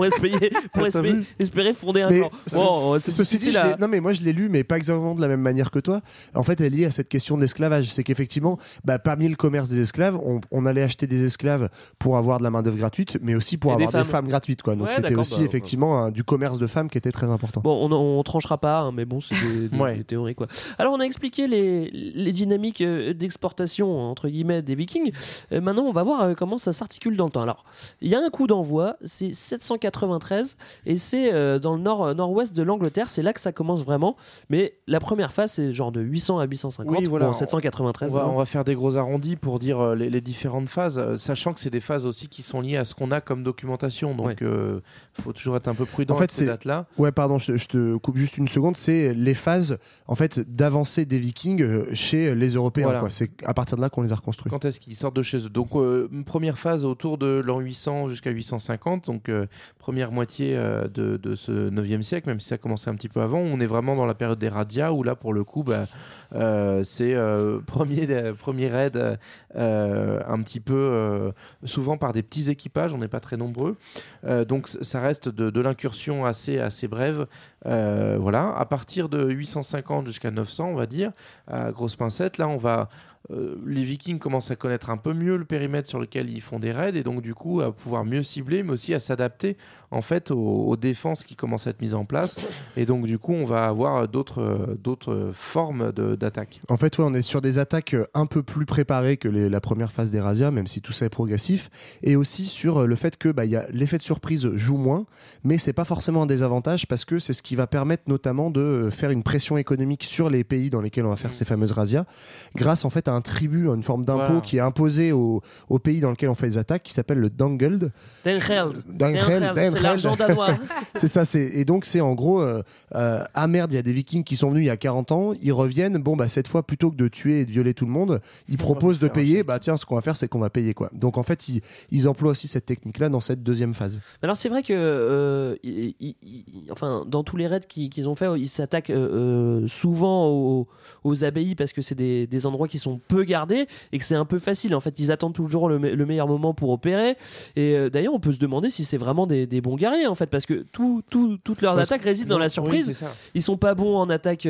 fonder un clan. Ceci dit, non mais moi je l'ai lu, mais pas exactement de la même manière que toi. En fait, elle est liée à cette question de l'esclavage. C'est qu'effectivement, parmi le commerce des esclaves, on allait acheter des esclaves pour avoir de la main d'œuvre gratuite, mais aussi pour avoir des femmes gratuites, quoi. Donc c'était aussi effectivement du commerce de femmes qui était très important. Bon, on tranchera pas, hein, mais bon, c'est des théories, quoi. Alors on a expliqué les dynamiques d'exportation entre guillemets des Vikings. Maintenant, on va voir comment ça s'articule dans le temps. Alors, il y a un coup d'envoi, c'est 793 et c'est dans le nord-ouest de l'Angleterre. C'est là que ça commence vraiment. Mais la première phase, c'est genre de 800 à 850. Oui, voilà. Bon, 793. On va faire des gros arrondis pour dire les différentes phases, sachant que c'est des phases aussi qui sont liées à ce qu'on a comme documentation. Donc, faut toujours être un peu prudent avec ces dates-là. Ouais, pardon, je te coupe juste une seconde. C'est les phases en fait d'avancée des Vikings chez les Européens. Voilà. Quoi. C'est à partir de là qu'on les a reconstruits. Quand est-ce qu'ils sortent de chez eux? Donc, une première phase autour de l'an 800 jusqu'à 850. Donc, première moitié de ce 9e siècle, même si ça commençait un petit peu avant. On est vraiment dans la période des razzias où là, pour le coup, c'est premier raid un petit peu souvent par des petits équipages. On n'est pas très nombreux. Donc, ça reste de l'incursion assez brève. Voilà. À partir de 850 jusqu'à 900, on va dire, à grosse pincette, là, les Vikings commencent à connaître un peu mieux le périmètre sur lequel ils font des raids et donc du coup à pouvoir mieux cibler, mais aussi à s'adapter en fait aux défenses qui commencent à être mises en place. Et donc du coup on va avoir d'autres formes d'attaque. En fait, on est sur des attaques un peu plus préparées que la première phase des razzias, même si tout ça est progressif, et aussi sur le fait que y a l'effet de surprise joue moins, mais c'est pas forcément un désavantage parce que c'est ce qui va permettre notamment de faire une pression économique sur les pays dans lesquels on va faire ces fameuses razzias, grâce en fait à un tribut, une forme d'impôt qui est imposé au pays dans lequel on fait les attaques, qui s'appelle le Dangeld. C'est l'argent danois. C'est ça, et donc c'est en gros ah merde, il y a des Vikings qui sont venus il y a 40 ans, ils reviennent, cette fois plutôt que de tuer et de violer tout le monde, ils proposent de payer, tiens, ce qu'on va faire c'est qu'on va payer, quoi. Donc en fait ils emploient aussi cette technique là dans cette deuxième phase. Alors c'est vrai que dans tous les raids qu'ils ont fait, ils s'attaquent souvent aux abbayes parce que c'est des endroits qui sont peu gardés et que c'est un peu facile. En fait, ils attendent toujours le meilleur moment pour opérer. Et d'ailleurs, on peut se demander si c'est vraiment des bons guerriers, en fait, parce que toute leur attaque réside dans la surprise. Oui, ils sont pas bons en attaque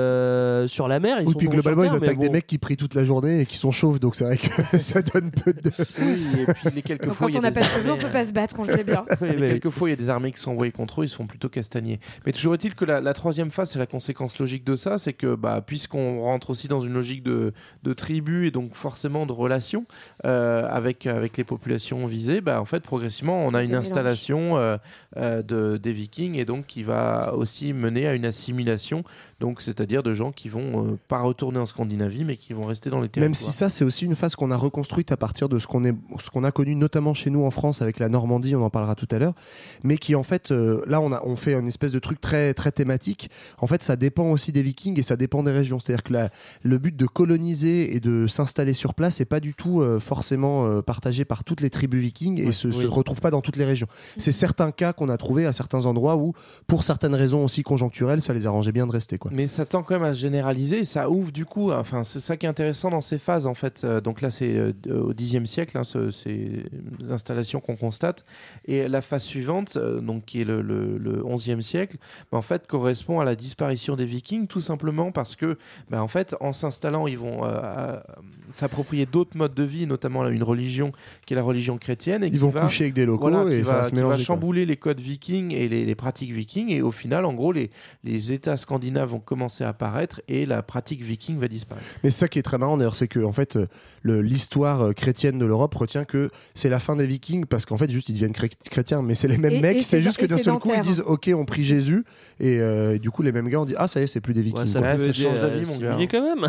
sur la mer. Puis globalement, ils attaquent des mecs qui prient toute la journée et qui sont chauves, donc c'est vrai que ça donne peu de. Oui, et puis quelquefois, quand on n'a pas de cheveux, on peut pas se battre, on le sait bien. Quelquefois, il y a des armées qui sont envoyées contre eux, ils sont plutôt castagniers. Mais toujours est-il que la troisième phase, c'est la conséquence logique de ça, c'est que puisqu'on rentre aussi dans une logique de tribu et donc forcément de relations avec les populations visées, en fait progressivement on a une installation des Vikings et donc qui va aussi mener à une assimilation, donc c'est-à-dire de gens qui vont pas retourner en Scandinavie mais qui vont rester dans les territoires. Même si ça c'est aussi une phase qu'on a reconstruite à partir de ce qu'on a connu notamment chez nous en France avec la Normandie, on en parlera tout à l'heure, mais qui en fait là on fait une espèce de truc très, très thématique. En fait ça dépend aussi des Vikings et ça dépend des régions, c'est-à-dire que le but de coloniser et de s'installer sur place n'est pas du tout forcément partagé par toutes les tribus vikings et se retrouve pas dans toutes les régions. C'est certains cas qu'on a trouvé à certains endroits où, pour certaines raisons aussi conjoncturelles, ça les arrangeait bien de rester, quoi. Mais ça tend quand même à se généraliser et ça ouvre du coup, c'est ça qui est intéressant dans ces phases en fait. Donc là c'est au Xe siècle, ces installations qu'on constate, et la phase suivante, donc qui est le XIe siècle, en fait correspond à la disparition des Vikings, tout simplement parce que en fait en s'installant ils vont s'approprier d'autres modes de vie, notamment une religion qui est la religion chrétienne, et ils vont coucher avec des locaux et ça va se mélanger, va chambouler les codes vikings et les pratiques vikings, et au final en gros les États scandinaves vont commencer à apparaître et la pratique viking va disparaître. Mais c'est ça qui est très marrant d'ailleurs, c'est que en fait l'histoire chrétienne de l'Europe retient que c'est la fin des Vikings parce qu'en fait juste ils deviennent chrétiens, mais c'est les mêmes mecs, c'est juste que d'un seul coup ils disent ok on prie Jésus et du coup les mêmes gars on dit ah ça y est c'est plus des Vikings. Ça change d'avis mon gars. Il est quand même.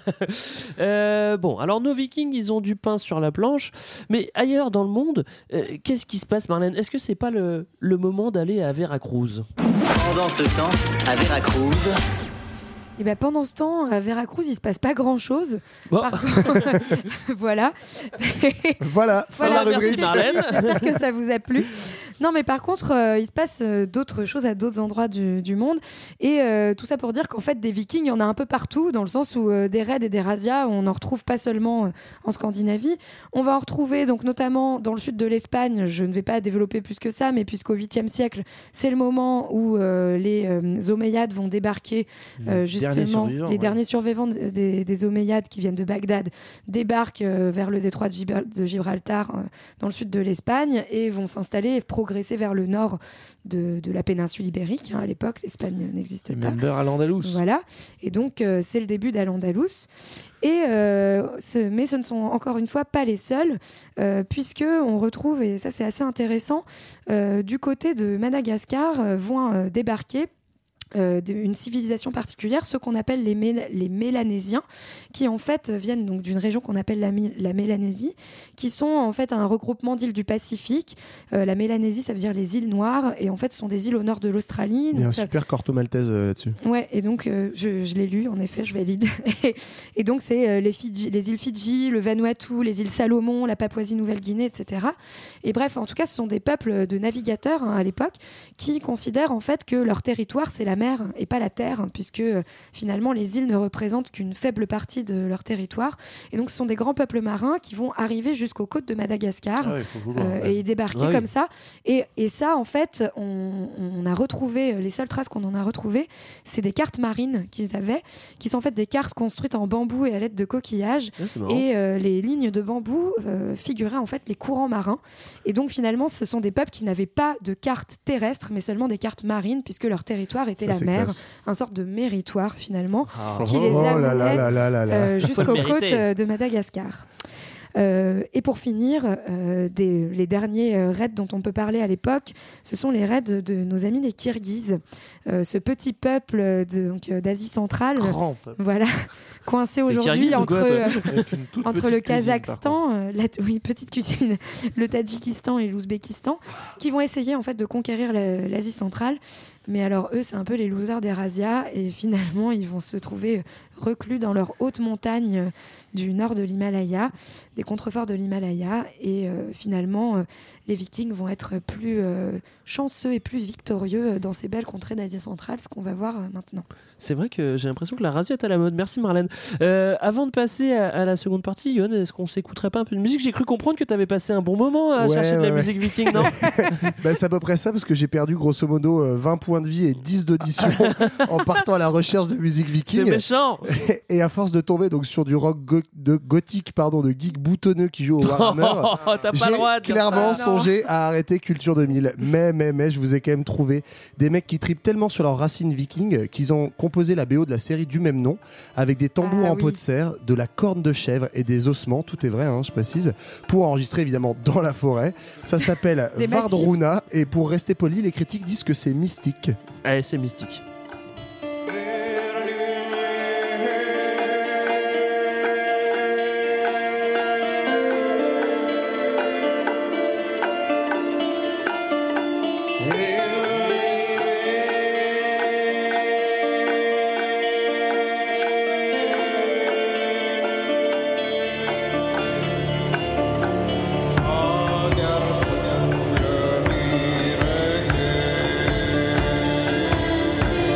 Bon, alors nos Vikings, ils ont du pain sur la planche, mais ailleurs dans le monde, qu'est-ce qui se passe, Marlène? Est-ce que c'est pas le moment d'aller à Veracruz? Pendant ce temps, à Veracruz... Et pendant ce temps, à Veracruz, il se passe pas grand-chose. Bon. Voilà. Voilà, fin de la rubrique. J'espère que ça vous a plu. Non, mais par contre, il se passe d'autres choses à d'autres endroits du monde. Et tout ça pour dire qu'en fait, des Vikings, il y en a un peu partout, dans le sens où des raids et des razzias, on n'en retrouve pas seulement en Scandinavie. On va en retrouver donc notamment dans le sud de l'Espagne. Je ne vais pas développer plus que ça, mais puisqu'au 8e siècle, c'est le moment où les Omeyyades vont débarquer, justement. Les derniers survivants des Omeyyades qui viennent de Bagdad débarquent vers le détroit de Gibraltar, dans le sud de l'Espagne, et vont s'installer et progresser vers le nord de la péninsule ibérique. À l'époque, l'Espagne n'existe pas. Member à l'Andalous. Voilà. Et donc, c'est le début d'Al-Andalus. Mais ce ne sont encore une fois pas les seuls, puisque on retrouve, et ça c'est assez intéressant, du côté de Madagascar vont débarquer une civilisation particulière, ceux qu'on appelle les Mélanésiens, qui en fait viennent donc d'une région qu'on appelle la Mélanésie, qui sont en fait un regroupement d'îles du Pacifique. La Mélanésie, ça veut dire les îles noires, et en fait ce sont des îles au nord de l'Australie. Il y a un super corto maltaise là-dessus. Ouais, et donc je l'ai lu, en effet, je valide. Et donc c'est les îles Fidji, le Vanuatu, les îles Salomon, la Papouasie-Nouvelle-Guinée, etc. Et bref, en tout cas, ce sont des peuples de navigateurs à l'époque qui considèrent en fait que leur territoire c'est la mer et pas la terre, puisque finalement les îles ne représentent qu'une faible partie de leur territoire. Et donc ce sont des grands peuples marins qui vont arriver jusqu'aux côtes de Madagascar et débarquer comme ça. Et ça, en fait, on a retrouvé, les seules traces qu'on en a retrouvées, c'est des cartes marines qu'ils avaient, qui sont en fait des cartes construites en bambou et à l'aide de coquillages. Et les lignes de bambou figuraient en fait les courants marins. Et donc finalement, ce sont des peuples qui n'avaient pas de cartes terrestres, mais seulement des cartes marines, puisque leur territoire était la mer, un sorte de méritoire finalement, qui les amenait jusqu'aux côtes de Madagascar. Et pour finir, les derniers raids dont on peut parler à l'époque, ce sont les raids de nos amis les Kirghizes, ce petit peuple d'Asie centrale, voilà, coincé aujourd'hui entre le Kazakhstan, petite cuisine, le Tadjikistan et l'Ouzbékistan, qui vont essayer en fait de conquérir l'Asie centrale. Mais alors eux, c'est un peu les losers des razzias, et finalement ils vont se trouver reclus dans leurs hautes montagnes du nord de l'Himalaya, des contreforts de l'Himalaya, et finalement les Vikings vont être plus chanceux et plus victorieux dans ces belles contrées d'Asie centrale, ce qu'on va voir maintenant. C'est vrai que j'ai l'impression que la razzia est à la mode. Merci Marlène. Avant de passer à la seconde partie, Yoann, est-ce qu'on s'écouterait pas un peu de musique ? J'ai cru comprendre que tu avais passé un bon moment à chercher de la musique viking, non ? C'est à peu près ça, parce que j'ai perdu grosso modo 20 points de vie et 10 d'audition en partant à la recherche de musique viking. C'est méchant. Et à force de tomber donc sur du rock gothique, de geek boutonneux qui joue au Warhammer, j'ai clairement songé à arrêter Culture 2000. Mais je vous ai quand même trouvé des mecs qui tripent tellement sur leurs racines vikings qu'ils ont composé la BO de la série du même nom, avec des tambours en peau de cerf, de la corne de chèvre et des ossements, tout est vrai, je précise, pour enregistrer évidemment dans la forêt. Ça s'appelle Vardruna, et pour rester poli, les critiques disent que c'est mystique. Allez, c'est mystique. Fager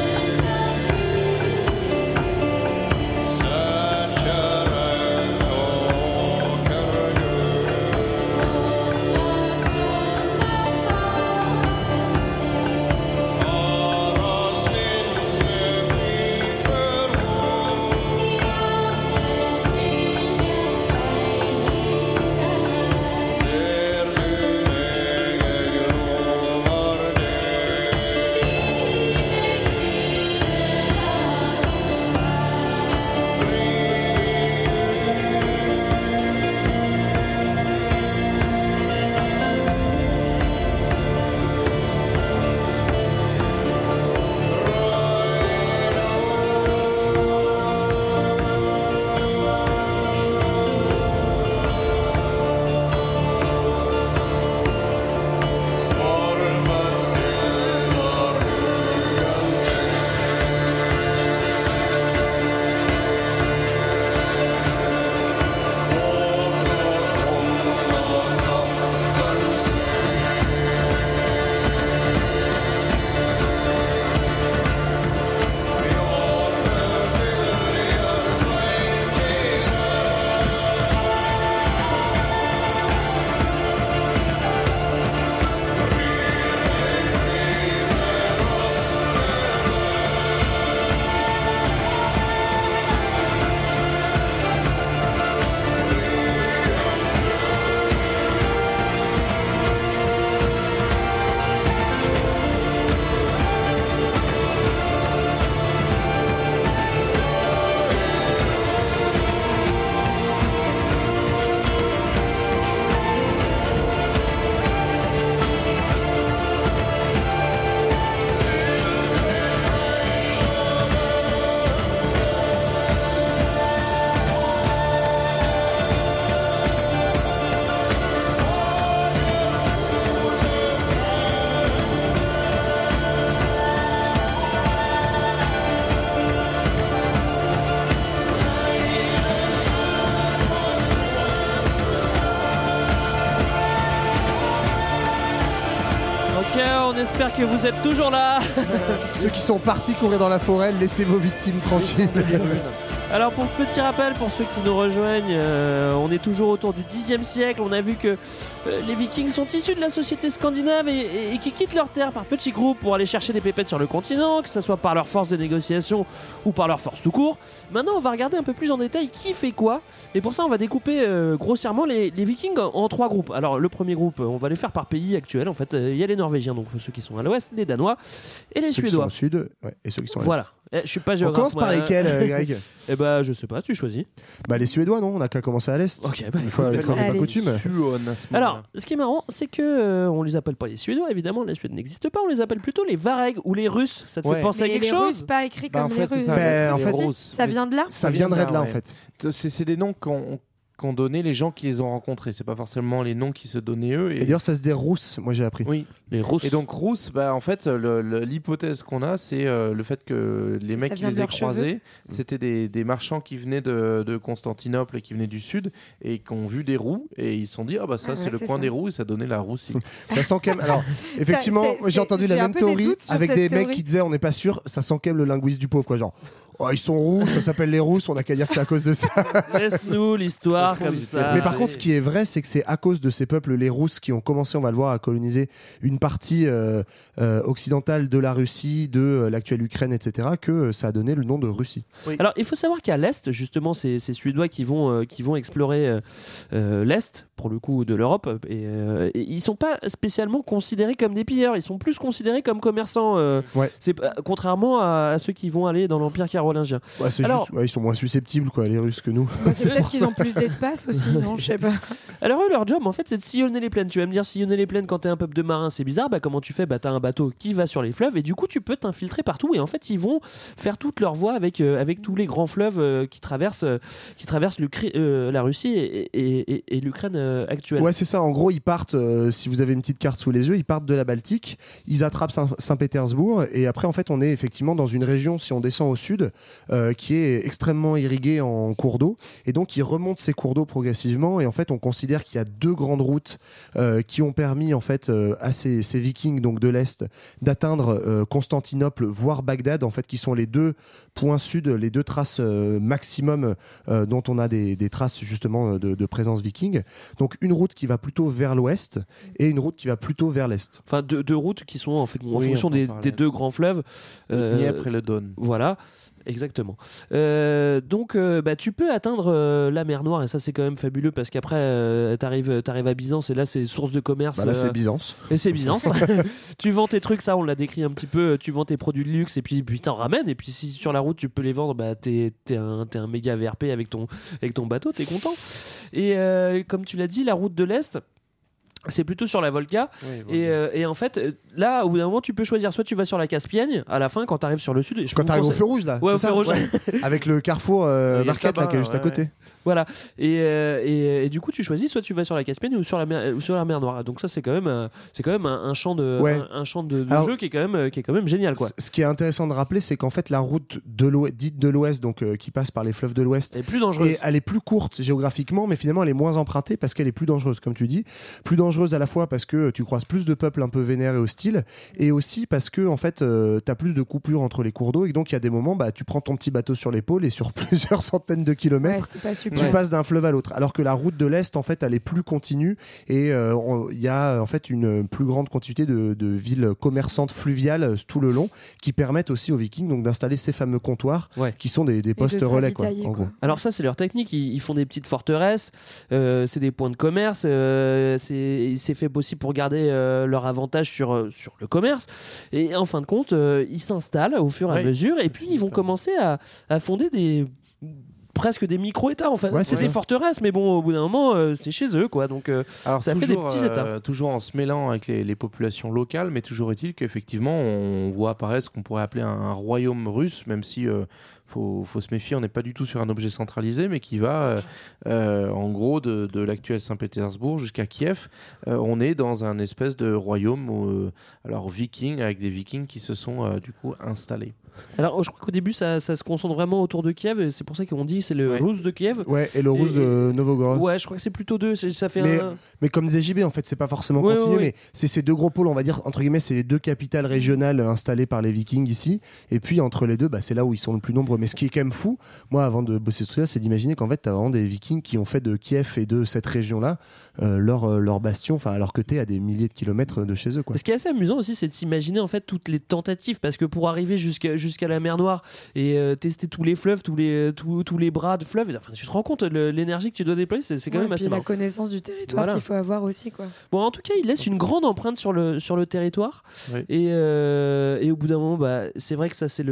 cas, on espère que vous êtes toujours là. Ceux qui sont partis courir dans la forêt, laissez vos victimes tranquilles. Alors pour petit rappel, pour ceux qui nous rejoignent, on est toujours autour du Xe siècle. On a vu que les Vikings sont issus de la société scandinave et qui quittent leur terre par petits groupes pour aller chercher des pépettes sur le continent, que ce soit par leur force de négociation ou par leur force tout court. Maintenant, on va regarder un peu plus en détail qui fait quoi. Et pour ça, on va découper grossièrement les Vikings en 3 groupes. Alors le premier groupe, on va les faire par pays actuel. En fait, il y a les Norvégiens, donc ceux qui sont à l'ouest, les Danois et les Suédois. Ceux qui sont au sud, et ceux qui sont à l'est. Voilà. Je suis pas On géographe. commence par lesquels, Greg? Eh bah, je sais pas, tu choisis. Bah, les Suédois, non? On a qu'à commencer à l'est. Ok, bah, une fois n'est pas coutume. Alors, ce qui est marrant, c'est que on les appelle pas les Suédois, évidemment, les Suèdes n'existent pas, on les appelle plutôt les Varegs ou les Russes. Ça te fait penser à quelque les chose? Russes, pas écrit comme en fait, les Russes. ça vient de là. Ça viendrait de là, en fait. C'est des noms qu'ont donné les gens qui les ont rencontrés. C'est pas forcément les noms qui se donnaient eux. Et d'ailleurs, ça se dit Rousse, moi j'ai appris. Oui, les Russes. Et donc Rousse, en fait, l'hypothèse qu'on a, c'est le fait que les mecs qui les ont croisés, c'était des marchands qui venaient de Constantinople et qui venaient du sud et qui ont vu des roues et ils se sont dit ça c'est le coin des roues et ça donnait la Roussie. Ça sent quand même. Alors effectivement, j'ai entendu la même théorie avec des mecs qui disaient on n'est pas sûr. Ça sent quand même le linguiste du pauvre, quoi. Genre ils sont roux, ça s'appelle les Rousses, on n'a qu'à dire que c'est à cause de ça. Laisse-nous l'histoire comme ça. Mais par contre, ce qui est vrai, c'est que c'est à cause de ces peuples, les Rousses, qui ont commencé, on va le voir, à coloniser une partie occidentale de la Russie, de l'actuelle Ukraine, etc., que ça a donné le nom de Russie. Oui. Alors, il faut savoir qu'à l'est, justement, ces Suédois qui vont explorer l'est, pour le coup, de l'Europe, et ils sont pas spécialement considérés comme des pilleurs, ils sont plus considérés comme commerçants. C'est contrairement à ceux qui vont aller dans l'Empire carolingien. Alors, ils sont moins susceptibles, quoi, les Russes, que nous. C'est peut-être qu'ils ont plus d'espace aussi, non? Je sais pas. Alors eux, leur job, en fait, c'est de sillonner les plaines. Tu vas me dire, sillonner les plaines quand t'es un peuple de marins, c'est bizarre. Comment tu fais? T'as un bateau qui va sur les fleuves et du coup, tu peux t'infiltrer partout. Et en fait, ils vont faire toute leur voie avec tous les grands fleuves qui traversent la Russie et l'Ukraine actuelle. Ouais, c'est ça. En gros, ils partent, si vous avez une petite carte sous les yeux, ils partent de la Baltique, ils attrapent Saint-Pétersbourg et après, en fait, on est effectivement dans une région, si on descend au sud, qui est extrêmement irriguée en cours d'eau. Et donc, ils remontent ces cours d'eau progressivement. Et en fait, on considère qu'il y a 2 grandes routes qui ont permis en fait à ces Vikings donc de l'est d'atteindre Constantinople, voire Bagdad, en fait, qui sont les 2 points sud, les 2 traces maximum dont on a des traces justement de présence viking. Donc, une route qui va plutôt vers l'ouest et une route qui va plutôt vers l'est. Enfin, deux routes qui sont en fait en fonction des 2 grands fleuves. Dniepr et le Don. Voilà. Exactement. Donc, tu peux atteindre la mer Noire et ça c'est quand même fabuleux parce qu'après t'arrives à Byzance et là c'est source de commerce. Là c'est Byzance. Et c'est Byzance. Tu vends tes trucs, ça on l'a décrit un petit peu. Tu vends tes produits de luxe et puis t'en ramènes et puis si sur la route tu peux les vendre, t'es un méga VRP avec ton bateau, t'es content. Et comme tu l'as dit, la route de l'Est. C'est plutôt sur la Volga et en fait là au bout d'un moment tu peux choisir soit tu vas sur la Caspienne à la fin quand t'arrives sur le sud quand t'arrives au feu rouge là au feu rouge avec le carrefour Marquette là qui est juste à côté voilà et du coup tu choisis soit tu vas sur la Caspienne ou sur la mer Noire donc ça c'est quand même un champ de jeu qui est quand même génial quoi. Ce qui est intéressant de rappeler c'est qu'en fait la route dite de l'Ouest donc qui passe par les fleuves de l'Ouest elle est plus dangereuse et elle est plus courte géographiquement mais finalement elle est moins empruntée parce qu'elle est plus dangereuse comme tu dis plus dangereuse à la fois parce que tu croises plus de peuples un peu vénères et hostiles et aussi parce que en fait t'as plus de coupures entre les cours d'eau et donc il y a des moments tu prends ton petit bateau sur l'épaule et sur plusieurs centaines de kilomètres tu passes d'un fleuve à l'autre alors que la route de l'Est en fait elle est plus continue et il y a en fait une plus grande quantité de villes commerçantes fluviales tout le long qui permettent aussi aux Vikings donc d'installer ces fameux comptoirs qui sont des postes relais quoi, en gros. Alors ça c'est leur technique, ils font des petites forteresses, c'est des points de commerce, c'est fait aussi pour garder leur avantage sur le commerce et en fin de compte ils s'installent au fur et à mesure et puis ils vont commencer à fonder presque des micro-états en fait. C'est des forteresses mais bon au bout d'un moment c'est chez eux quoi donc alors, ça fait des petits états. Toujours en se mêlant avec les populations locales mais toujours est-il qu'effectivement on voit apparaître ce qu'on pourrait appeler un royaume russe même si faut se méfier, on n'est pas du tout sur un objet centralisé, mais qui va, en gros, de l'actuel Saint-Pétersbourg jusqu'à Kiev. On est dans un espèce de royaume, alors viking, avec des vikings qui se sont du coup installés. Alors, je crois qu'au début, ça se concentre vraiment autour de Kiev, et c'est pour ça qu'on dit que c'est le Rus de Kiev. Ouais, et le Rus de Novgorod. Ouais, je crois que c'est plutôt deux. Ça fait mais comme disait JB, en fait, c'est pas forcément continu, mais c'est ces deux gros pôles, on va dire, entre guillemets, c'est les deux capitales régionales installées par les Vikings ici. Et puis, entre les deux, c'est là où ils sont le plus nombreux. Mais ce qui est quand même fou, moi, avant de bosser sur ça, c'est d'imaginer qu'en fait, t'as vraiment des Vikings qui ont fait de Kiev et de cette région-là leur bastion, enfin, alors que t'es à des milliers de kilomètres de chez eux, quoi. Ce qui est assez amusant aussi, c'est de s'imaginer en fait toutes les tentatives, parce que pour arriver jusqu'à la mer Noire et tester tous les fleuves, tous les bras de fleuves, enfin, tu te rends compte l'énergie que tu dois déployer, c'est quand même assez marrant. marrant. La connaissance du territoire qu'il faut avoir aussi, quoi. Bon, en tout cas, il laisse une grande empreinte sur le territoire, et au bout d'un moment, c'est vrai que ça, c'est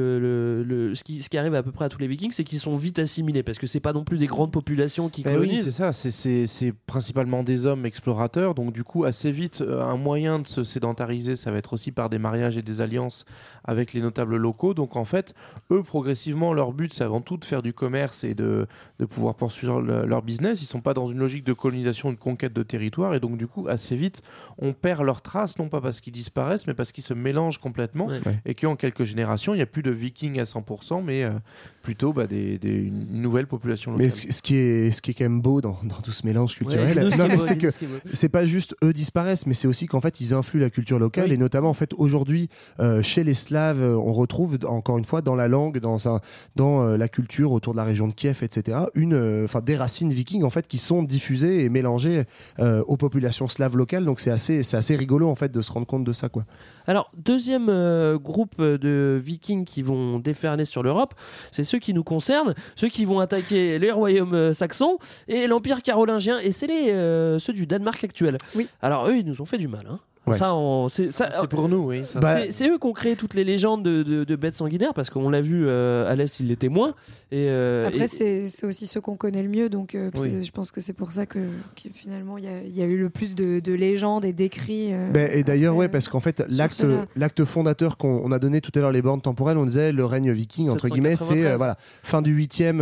ce qui arrive à peu près à tous les Vikings, c'est qu'ils sont vite assimilés, parce que c'est pas non plus des grandes populations qui colonisent. Oui, c'est ça, c'est principalement des hommes explorateurs, donc du coup assez vite un moyen de se sédentariser, ça va être aussi par des mariages et des alliances avec les notables locaux. Donc en fait, eux progressivement, leur but c'est avant tout de faire du commerce et de pouvoir poursuivre leur business. Ils sont pas dans une logique de colonisation, de conquête de territoire, et donc du coup assez vite on perd leurs traces, non pas parce qu'ils disparaissent, mais parce qu'ils se mélangent complètement, et qu'en quelques générations il n'y a plus de Vikings à 100%, mais plutôt une nouvelle population locale. Mais ce qui est quand même beau dans tout ce mélange culturel, c'est que c'est pas juste eux disparaissent, mais c'est aussi qu'en fait ils influent la culture locale, et notamment en fait aujourd'hui chez les Slaves, on retrouve encore une fois dans la langue, dans la culture autour de la région de Kiev, etc. Des racines vikings en fait qui sont diffusées et mélangées aux populations slaves locales. Donc c'est assez rigolo en fait de se rendre compte de ça, quoi. Alors deuxième groupe de Vikings qui vont déferler sur l'Europe, c'est ceux qui nous concernent, ceux qui vont attaquer les royaumes saxons et l'Empire carolingien, et c'est ceux du Danemark actuel. Oui. Alors eux, ils nous ont fait du mal, hein. Ouais. C'est pour nous, oui. C'est eux qui ont créé toutes les légendes de bêtes sanguinaires, parce qu'on l'a vu à l'Est, ils l'étaient moins. Après, c'est aussi ceux qu'on connaît le mieux, donc je pense que c'est pour ça que finalement il y a eu le plus de légendes et d'écrits. Et d'ailleurs, parce qu'en fait, l'acte fondateur qu'on a donné tout à l'heure, les bornes temporelles, on disait le règne viking, entre guillemets, c'est fin du 8e,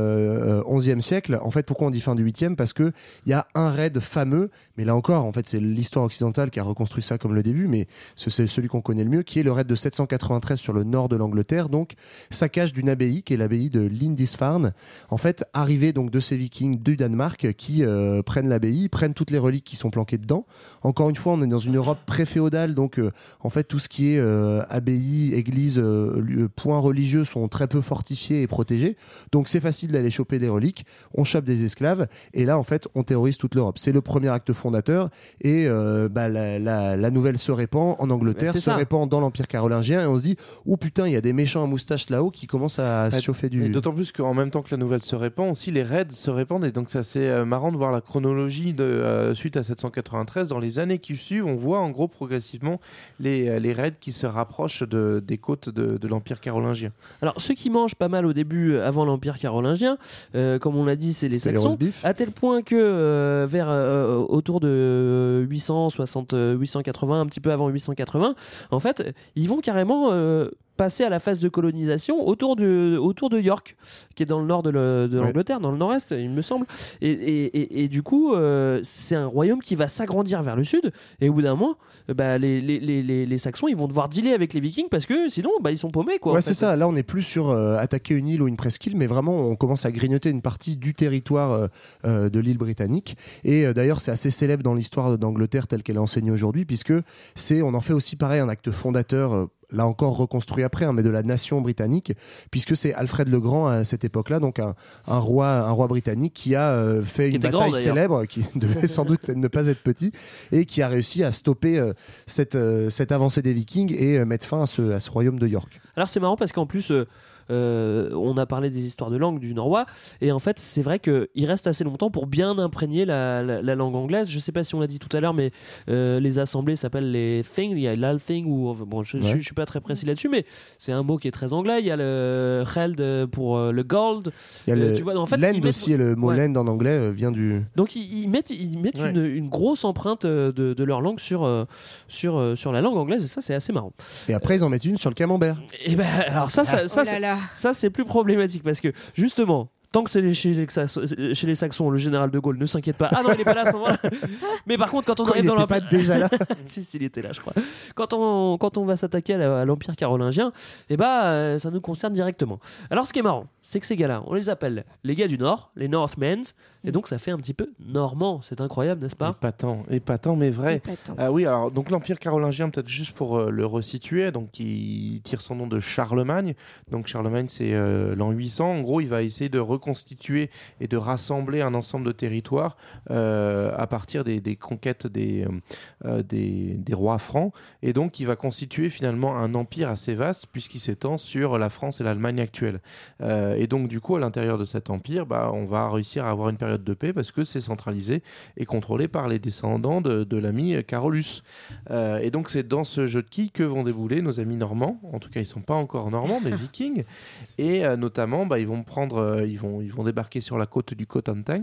11e siècle. En fait, pourquoi on dit fin du 8e ? Parce qu'il y a un raid fameux, mais là encore, en fait, c'est l'histoire occidentale qui a reconstruit ça comme le début, mais c'est celui qu'on connaît le mieux, qui est le raid de 793 sur le nord de l'Angleterre, donc saccage d'une abbaye qui est l'abbaye de Lindisfarne. En fait, arrivée donc de ces Vikings du Danemark qui prennent l'abbaye, prennent toutes les reliques qui sont planquées dedans. Encore une fois, on est dans une Europe pré-féodale, donc en fait tout ce qui est abbaye, église, points religieux sont très peu fortifiés et protégés, donc c'est facile d'aller choper des reliques. On chope des esclaves, et là en fait on terrorise toute l'Europe. C'est le premier acte fondateur, et la nouvelle se répand en Angleterre, se répand dans l'Empire carolingien, et on se dit oh putain, il y a des méchants à moustache là-haut qui commencent à se chauffer du... Et d'autant plus qu'en même temps que la nouvelle se répand, aussi les raids se répandent, et donc c'est assez marrant de voir la chronologie suite à 793. Dans les années qui suivent, on voit en gros progressivement les raids qui se rapprochent des côtes de l'Empire carolingien. Alors ceux qui mangent pas mal au début, avant l'Empire carolingien, comme on l'a dit, c'est les Saxons, à tel point que vers autour de 880, un petit peu avant 880, en fait, ils vont carrément passer à la phase de colonisation autour de York, qui est dans le nord de l'Angleterre, dans le nord-est, il me semble. Et du coup, c'est un royaume qui va s'agrandir vers le sud. Et au bout d'un moment, les Saxons, ils vont devoir dealer avec les Vikings, parce que sinon, ils sont paumés, quoi. Ouais, c'est ça. Là, on n'est plus sur attaquer une île ou une presqu'île, mais vraiment, on commence à grignoter une partie du territoire de l'île britannique. Et d'ailleurs, c'est assez célèbre dans l'histoire d'Angleterre telle qu'elle est enseignée aujourd'hui, puisque on en fait aussi pareil un acte fondateur. Là encore reconstruit après, mais de la nation britannique, puisque c'est Alfred le Grand à cette époque-là, donc un roi britannique qui a fait une bataille célèbre, qui devait sans doute ne pas être petit, et qui a réussi à stopper cette avancée des Vikings et mettre fin à ce royaume de York. Alors c'est marrant parce qu'en plus on a parlé des histoires de langue du Norrois, et en fait c'est vrai qu'il reste assez longtemps pour bien imprégner la langue anglaise. Je sais pas si on l'a dit tout à l'heure, mais les assemblées s'appellent les thing, il y a l'althing, ou bon, je suis pas très précis là-dessus, mais c'est un mot qui est très anglais. Il y a le held pour le gold, il y a tu vois, en fait, land aussi, et le mot land en anglais vient du... Donc ils mettent une grosse empreinte de leur langue sur la langue anglaise, et ça c'est assez marrant. Et après ils en mettent une sur le camembert. Et alors ça c'est plus problématique, parce que justement, Tant que c'est chez les Saxons, le général de Gaulle, ne s'inquiète pas. Ah non, il est pas là à ce moment-là. Mais par contre, quand on arrive dans l'Empire, pas déjà là. si, il était là, je crois. Quand on va s'attaquer à l'Empire carolingien, ça nous concerne directement. Alors, ce qui est marrant, c'est que ces gars-là, on les appelle les gars du Nord, les Northmen, et donc ça fait un petit peu normand. C'est incroyable, n'est-ce pas ? Épatant, mais vrai. Épatant. Oui, alors donc l'Empire carolingien, peut-être juste pour le resituer, donc qui tire son nom de Charlemagne. Donc Charlemagne, c'est l'an 800. En gros, il va essayer de reconstituer et de rassembler un ensemble de territoires à partir des conquêtes des rois francs. Et donc, il va constituer finalement un empire assez vaste puisqu'il s'étend sur la France et l'Allemagne actuelle. Et donc, du coup, à l'intérieur de cet empire, on va réussir à avoir une période de paix parce que c'est centralisé et contrôlé par les descendants de l'ami Carolus. Et donc, c'est dans ce jeu de quilles que vont débouler nos amis normands. En tout cas, ils ne sont pas encore normands, mais vikings. Et notamment, ils vont débarquer sur la côte du Cotentin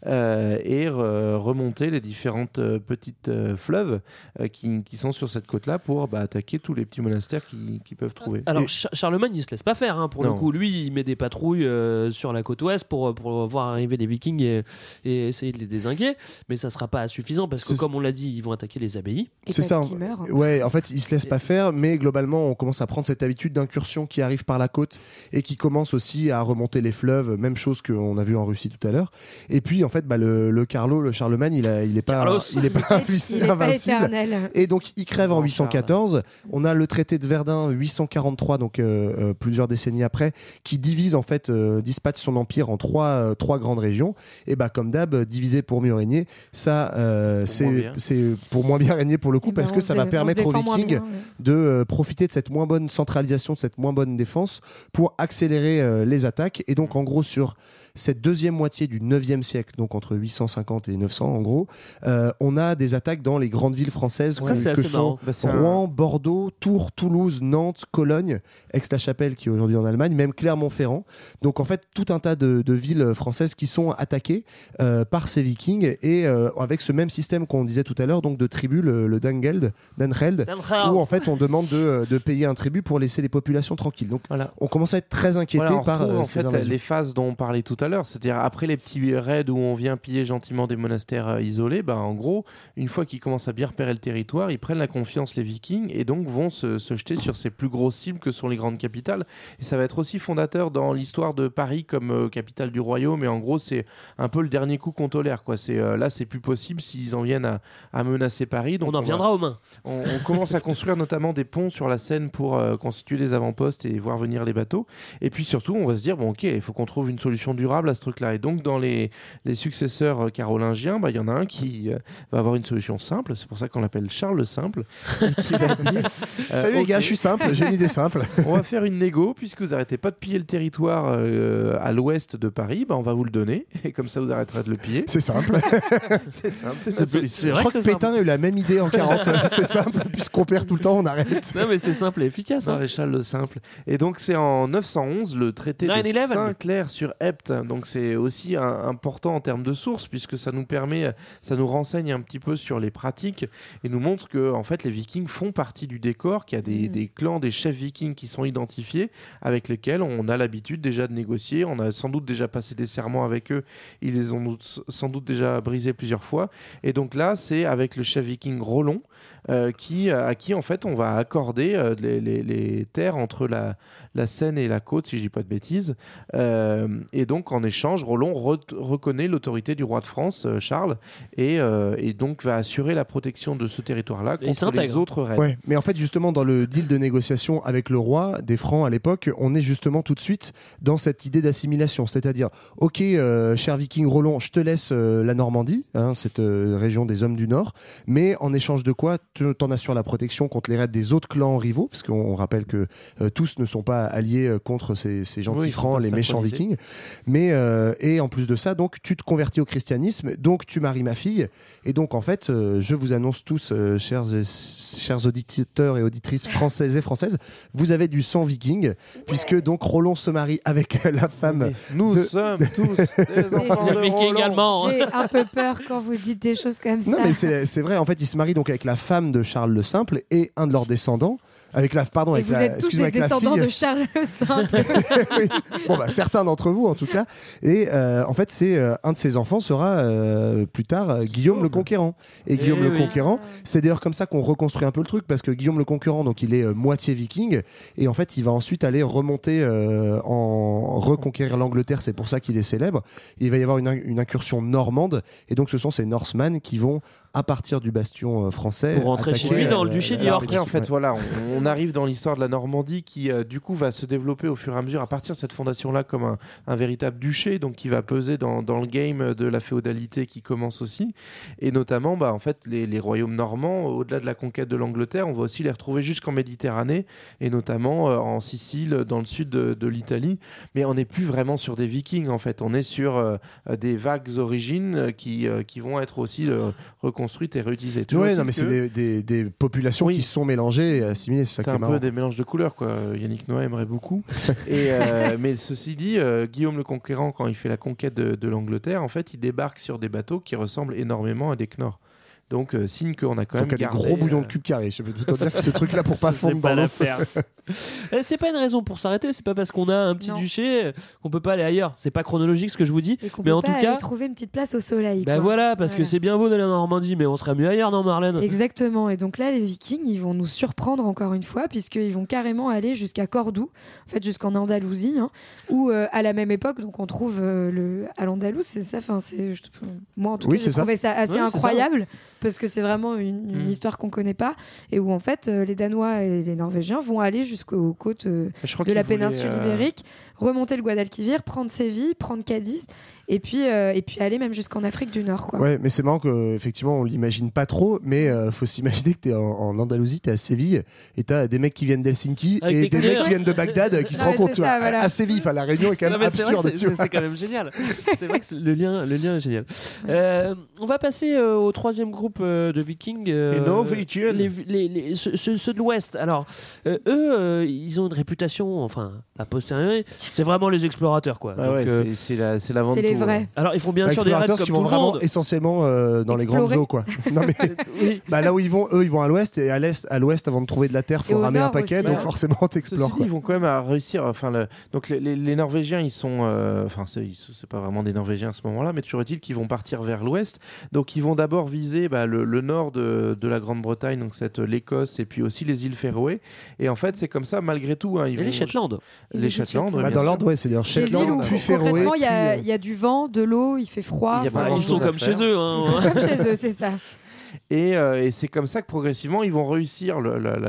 et remonter les différentes petites fleuves qui sont sur cette côte-là pour attaquer tous les petits monastères qu'ils peuvent trouver. Alors, Charlemagne, il se laisse pas faire. Pour le coup, lui, il met des patrouilles sur la côte ouest pour voir arriver les Vikings et essayer de les dézinguer. Mais ça sera pas suffisant parce que, comme on l'a dit, ils vont attaquer les abbayes. C'est ça. Ouais, en fait, ils se laissent pas faire, mais globalement, on commence à prendre cette habitude d'incursion qui arrive par la côte et qui commence aussi à remonter les fleuves. Même chose qu'on a vu en Russie tout à l'heure. Et puis, en fait, le Charlemagne, il est pas invincible. Et donc, il crève en 814. On a le traité de Verdun 843, donc plusieurs décennies après, qui divise en fait, dispatche son empire en trois grandes régions. Et comme d'hab, diviser pour mieux régner, ça, c'est pour moins bien régner pour le coup, parce que ça va permettre aux Vikings de profiter de cette moins bonne centralisation, de cette moins bonne défense, pour accélérer les attaques. Et donc, en gros, sur cette deuxième moitié du 9e siècle, donc entre 850 et 900 en gros, on a des attaques dans les grandes villes françaises que sont Rouen, Bordeaux, Tours, Toulouse, Nantes, Cologne, Aix-la-Chapelle qui est aujourd'hui en Allemagne, même Clermont-Ferrand. Donc en fait, tout un tas de villes françaises qui sont attaquées par ces Vikings et avec ce même système qu'on disait tout à l'heure, donc de tribut, le Dangheld, où en fait on demande de payer un tribut pour laisser les populations tranquilles. Donc on commence à être très inquiété par ces invasions. Les phases dont on parlait tout à l'heure, c'est-à-dire après les petits raids où on vient piller gentiment des monastères isolés, en gros, une fois qu'ils commencent à bien repérer le territoire, ils prennent la confiance, les Vikings, et donc vont se jeter sur ces plus grosses cibles que sont les grandes capitales. Et ça va être aussi fondateur dans l'histoire de Paris comme capitale du royaume. Et en gros, c'est un peu le dernier coup qu'on tolère, quoi. Là, c'est plus possible s'ils en viennent à menacer Paris. Donc on en viendra aux mains. On commence à construire notamment des ponts sur la Seine pour constituer les avant-postes et voir venir les bateaux. Et puis surtout, on va se dire, ok, il faut qu'on trouve une solution durable à ce truc-là. Et donc, dans les successeurs carolingiens, il y en a un qui va avoir une solution simple. C'est pour ça qu'on l'appelle Charles le Simple. Qui va dire, salut les gars, je suis simple, j'ai une idée simple. On va faire une négo, puisque vous n'arrêtez pas de piller le territoire à l'ouest de Paris, on va vous le donner. Et comme ça, vous arrêterez de le piller. C'est simple. C'est simple, c'est ma solution. Je crois que Pétain a eu la même idée en 40. C'est simple, puisqu'on perd tout le temps, on arrête. Non, mais c'est simple et efficace. Maréchal le Simple. Et donc, c'est en 911, le traité de Saint-Clair sur Epte. Donc c'est aussi important en termes de sources, puisque ça nous renseigne un petit peu sur les pratiques et nous montre que en fait les Vikings font partie du décor, qu'il y a des clans, des chefs vikings qui sont identifiés, avec lesquels on a l'habitude déjà de négocier. On a sans doute déjà passé des serments avec eux, ils les ont sans doute déjà brisés plusieurs fois. Et donc là, c'est avec le chef viking Rollon à qui en fait on va accorder les terres entre la Seine et la côte, si je dis pas de bêtises. Et donc en échange, Rollon reconnaît l'autorité du roi de France, Charles, et donc va assurer la protection de ce territoire-là contre les autres raids. Ouais, mais en fait, justement, dans le deal de négociation avec le roi des Francs à l'époque, on est justement tout de suite dans cette idée d'assimilation. C'est-à-dire, ok, cher viking Rollon, je te laisse la Normandie, cette région des hommes du Nord, mais en échange de quoi t'en assures la protection contre les raids des autres clans rivaux, parce qu'on rappelle que tous ne sont pas alliés contre ces gentils Francs, les méchants vikings. Mais et en plus de ça, donc tu te convertis au christianisme, donc tu maries ma fille, et donc en fait, je vous annonce tous, chers auditeurs et auditrices françaises et françaises, vous avez du sang viking, puisque donc Rollon se marie avec la femme. Nous sommes tous des enfants de Viking allemand. J'ai un peu peur quand vous dites des choses comme ça. Non, mais c'est vrai. En fait, il se marie donc avec la femme de Charles le Simple et un de leurs descendants. Avec la, pardon, Et avec vous la, êtes tous excuse-moi, des avec la descendants fille. de Charles le Simple. Oui. Bon, certains d'entre vous en tout cas. Et en fait, c'est un de ses enfants sera plus tard Guillaume le Conquérant. Et Guillaume le Conquérant, c'est d'ailleurs comme ça qu'on reconstruit un peu le truc, parce que Guillaume le Conquérant, donc il est moitié viking, et en fait, il va ensuite aller remonter en reconquérir l'Angleterre. C'est pour ça qu'il est célèbre. Il va y avoir une incursion normande, et donc ce sont ces Norsemen qui vont, à partir du bastion français, pour rentrer chez lui dans le duché de York. Après, en fait, voilà, on arrive dans l'histoire de la Normandie qui, du coup, va se développer au fur et à mesure à partir de cette fondation-là comme un véritable duché, donc qui va peser dans le game de la féodalité qui commence aussi. Et notamment, en fait, les royaumes normands, au-delà de la conquête de l'Angleterre, on va aussi les retrouver jusqu'en Méditerranée, et notamment en Sicile, dans le sud de l'Italie. Mais on n'est plus vraiment sur des Vikings, en fait. On est sur des vagues origines qui vont être aussi reconstruites et réutilisées. Oui, non, mais c'est des populations qui se sont mélangées et assimilées. C'est un peu des mélanges de couleurs, quoi. Yannick Noah aimerait beaucoup. Mais ceci dit, Guillaume le Conquérant, quand il fait la conquête de l'Angleterre, en fait, il débarque sur des bateaux qui ressemblent énormément à des Knorr. Donc, signe qu'on a quand même gardé... des gros bouillons de cube carré. Je peux tout dire que ce truc-là pour pas fondre dans l'eau. C'est pas une raison pour s'arrêter. C'est pas parce qu'on a un petit duché qu'on peut pas aller ailleurs. C'est pas chronologique ce que je vous dis. Mais en tout cas, trouver une petite place au soleil. Voilà, parce que c'est bien beau d'aller en Normandie, mais on serait mieux ailleurs, non, Marlène? Exactement. Et donc là, les Vikings, ils vont nous surprendre encore une fois, puisqu'ils vont carrément aller jusqu'à Cordoue, en fait, jusqu'en Andalousie, où à la même époque, donc on trouve à l'Andalouse, c'est ça. Moi, en tout cas, j'ai trouvé ça assez incroyable. Parce que c'est vraiment une histoire qu'on connaît pas, et où en fait les Danois et les Norvégiens vont aller jusqu'aux côtes de la péninsule ibérique, remonter le Guadalquivir, prendre Séville, prendre Cadiz, et puis aller même jusqu'en Afrique du Nord, quoi. Ouais, mais c'est marrant qu'effectivement on l'imagine pas trop, mais faut s'imaginer que t'es en Andalousie, t'es à Séville, et t'as des mecs qui viennent d'Helsinki et des mecs qui viennent de Bagdad qui se rencontrent. Voilà. À Séville, la réunion est quand même absurde. C'est quand même génial. C'est vrai que le lien est génial. On va passer au troisième groupe de Vikings, ceux de l'Ouest. Alors, eux, ils ont une réputation, enfin, a posteriori, c'est vraiment les explorateurs, quoi. Donc, c'est la vente. C'est les vrais. Alors, ils font bien sûr des raids comme qui tout vont le vraiment monde. essentiellement dans les grandes eaux, quoi. Non, mais là où ils vont, eux, ils vont à l'ouest, et à l'ouest, avant de trouver de la terre, faut ramer un paquet, aussi, donc forcément t'explores. Ceci dit, ils vont quand même réussir. Donc les Norvégiens, ils sont, c'est pas vraiment des Norvégiens à ce moment-là, mais toujours est-il qu'ils vont partir vers l'ouest. Donc ils vont d'abord viser le nord de la Grande-Bretagne, donc l'Écosse, et puis aussi les îles Féroé. Et en fait, c'est comme ça, malgré tout. Les Shetland. Les Shetland. Dans l'ordre, c'est d'ailleurs Shetland, puis Féroé. Concrètement, il y a du vent, de l'eau, il fait froid. Ils sont comme chez eux. Ils sont comme chez eux, c'est ça. Et c'est comme ça que progressivement ils vont réussir le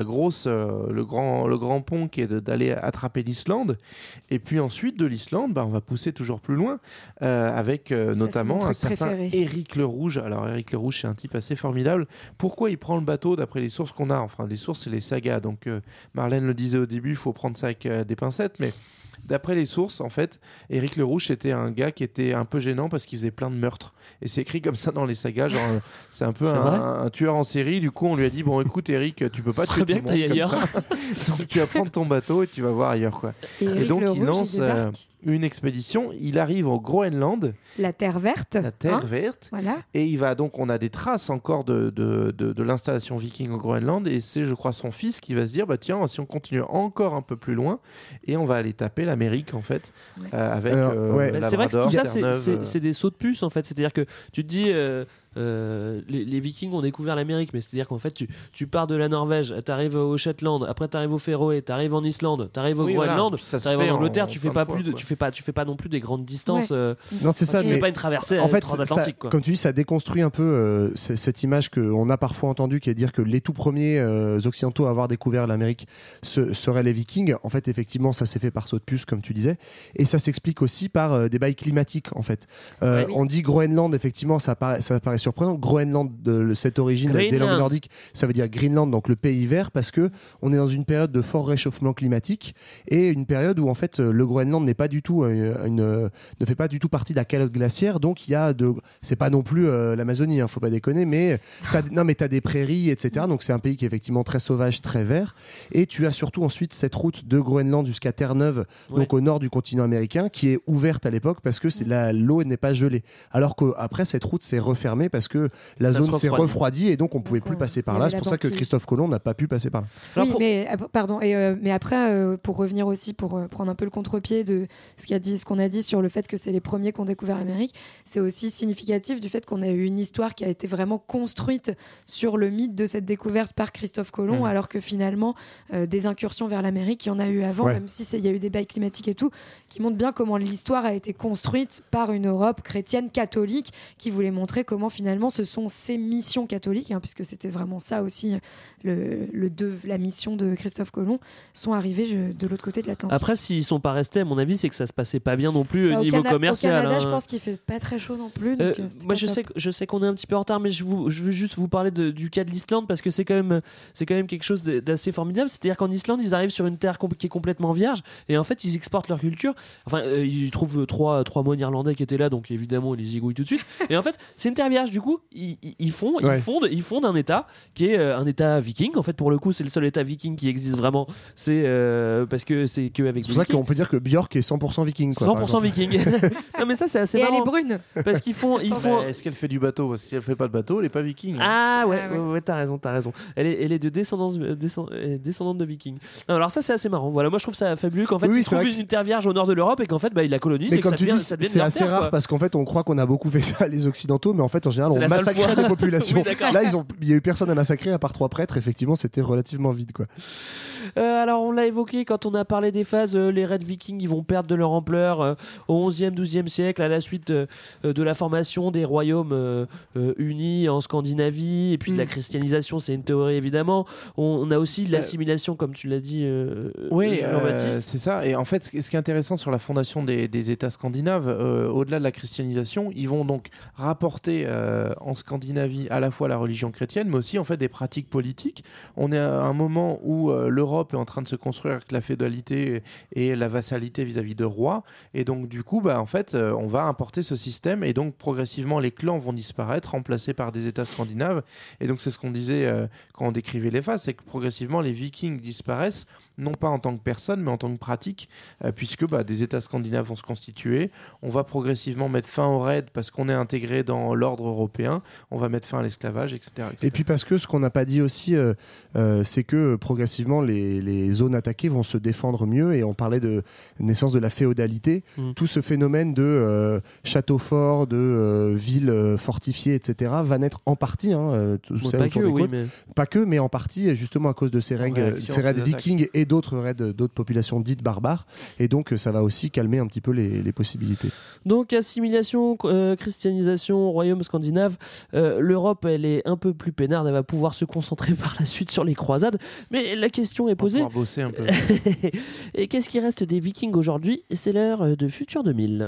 grand pont qui est d'aller attraper l'Islande, et puis ensuite de l'Islande on va pousser toujours plus loin avec notamment un certain Éric le Rouge. Alors Éric le Rouge, c'est un type assez formidable. Pourquoi il prend le bateau? D'après les sources qu'on a, enfin les sources c'est les sagas, donc Marlène le disait au début, il faut prendre ça avec des pincettes, mais d'après les sources, en fait, Éric le Rouge, c'était un gars qui était un peu gênant parce qu'il faisait plein de meurtres. Et c'est écrit comme ça dans les sagas, genre c'est un peu un tueur en série. Du coup, on lui a dit bon, écoute, Éric, tu peux pas tuer tout le monde comme ça. Donc tu vas prendre ton bateau et tu vas voir ailleurs, quoi. Et donc il lance une expédition. Il arrive au Groenland, la Terre verte. La Terre verte. Voilà. Et il va donc, on a des traces encore de l'installation viking au Groenland. Et c'est, je crois, son fils qui va se dire tiens, si on continue encore un peu plus loin, et on va aller taper l'Amérique, en fait, avec c'est vrai que tout ça, c'est des sauts de puce, en fait. C'est-à-dire que tu te dis les Vikings ont découvert l'Amérique, mais c'est-à-dire qu'en fait tu pars de la Norvège, t'arrives au Shetland, après t'arrives au Féroé, t'arrives en Islande, t'arrives au Groenland, t'arrives en Angleterre, tu fais pas non plus des grandes distances. Non, c'est ça. Tu fais pas une traversée transatlantique. Comme tu dis, ça déconstruit un peu cette image qu'on a parfois entendue, qui est de dire que les tout premiers occidentaux à avoir découvert l'Amérique seraient les Vikings. En fait, effectivement, ça s'est fait par saut de puce, comme tu disais, et ça s'explique aussi par des bails climatiques. En fait, on dit Groenland, effectivement, ça paraît surprenant. Groenland, de cette origine des langues nordiques, ça veut dire Greenland, donc le pays vert, parce que on est dans une période de fort réchauffement climatique et une période où en fait le Groenland n'est pas du tout ne fait pas du tout partie de la calotte glaciaire, donc il y a c'est pas non plus l'Amazonie, faut pas déconner, mais t'as des prairies, etc. Donc c'est un pays qui est effectivement très sauvage, très vert, et tu as surtout ensuite cette route de Groenland jusqu'à Terre-Neuve, donc au nord du continent américain, qui est ouverte à l'époque parce que l'eau n'est pas gelée, alors qu'après cette route s'est refermée parce que la Ça zone se s'est refroidit. refroidie et donc on pouvait plus passer par il y là. avait C'est la pour ça que banquise. Christophe Colomb n'a pas pu passer par là. Oui, mais pardon. Mais après, pour revenir aussi, pour prendre un peu le contre-pied de ce qu'on a dit sur le fait que c'est les premiers qui ont découvert l'Amérique, c'est aussi significatif du fait qu'on a eu une histoire qui a été vraiment construite sur le mythe de cette découverte par Christophe Colomb, alors que finalement, des incursions vers l'Amérique, il y en a eu avant, même si il y a eu des bails climatiques et tout, qui montrent bien comment l'histoire a été construite par une Europe chrétienne catholique qui voulait montrer comment finalement ce sont ces missions catholiques, puisque c'était vraiment ça aussi la mission de Christophe Colomb, sont arrivés de l'autre côté de l'Atlantique. Après, s'ils sont pas restés, à mon avis, c'est que ça se passait pas bien non plus au niveau commercial. Au Canada, je pense qu'il fait pas très chaud non plus. Donc moi, je sais qu'on est un petit peu en retard, mais je veux juste vous parler du cas de l'Islande parce que c'est quand même quelque chose d'assez formidable. C'est-à-dire qu'en Islande, ils arrivent sur une terre qui est complètement vierge et en fait, ils exportent leur culture. Enfin, ils trouvent trois moines irlandais qui étaient là, donc évidemment, ils les zigouillent tout de suite. Et en fait, c'est une terre vierge. Du coup, ils fondent un État qui est un État viking. En fait, pour le coup, c'est le seul État viking qui existe vraiment. C'est parce que c'est que avec. C'est pour ça qu'on peut dire que Björk est 100% viking. 100% viking. Non, mais ça, c'est assez marrant. Et elle est brune. Parce qu'ils font. Est-ce qu'elle fait du bateau? Parce que si elle fait pas de bateau, elle est pas viking. Ah ouais, t'as raison. Elle est de descendante de vikings. Non, alors ça, c'est assez marrant. Voilà, moi je trouve ça fabuleux qu'en fait ils trouvent une terre vierge au nord de l'Europe et qu'en fait ils la colonisent. Mais et comme que tu dis, c'est assez rare quoi. parce qu'en fait on croit qu'on a beaucoup fait ça les Occidentaux, mais en fait en général on massacrait des populations. Oui, là il y a eu personne à massacrer à part 3 prêtres. Effectivement, c'était relativement vide quoi. Alors on l'a évoqué quand on a parlé des phases, les raids vikings ils vont perdre de leur ampleur au 11e, 12e siècle à la suite de la formation des royaumes unis en Scandinavie et puis de la christianisation, c'est une théorie évidemment. On a aussi de l'assimilation comme tu l'as dit Jean-Baptiste. C'est ça. Et en fait ce qui est intéressant sur la fondation des États scandinaves, au-delà de la christianisation, ils vont donc rapporter en Scandinavie à la fois la religion chrétienne mais aussi en fait des pratiques politiques. On est à un moment où l'Europe est en train de se construire avec la féodalité et la vassalité vis-à-vis de rois et donc du coup en fait on va importer ce système et donc progressivement les clans vont disparaître remplacés par des États scandinaves et donc c'est ce qu'on disait quand on décrivait les phases, c'est que progressivement les Vikings disparaissent non pas en tant que personne mais en tant que pratique puisque des États scandinaves vont se constituer, on va progressivement mettre fin aux raids parce qu'on est intégré dans l'ordre européen, on va mettre fin à l'esclavage, etc. Et puis parce que ce qu'on n'a pas dit aussi c'est que progressivement les zones attaquées vont se défendre mieux et on parlait de naissance de la féodalité, tout ce phénomène de châteaux forts, de villes fortifiées, etc. va naître en partie pas que mais en partie justement à cause de ces raids vikings et d'autres raids d'autres populations dites barbares et donc ça va aussi calmer un petit peu les possibilités. Donc assimilation, christianisation, royaume scandinave, l'Europe elle est un peu plus peinarde, elle va pouvoir se concentrer par la suite sur les croisades, mais la question est posée. On va pouvoir bosser un peu. Et qu'est-ce qui reste des Vikings aujourd'hui? C'est l'heure de Futur 2000.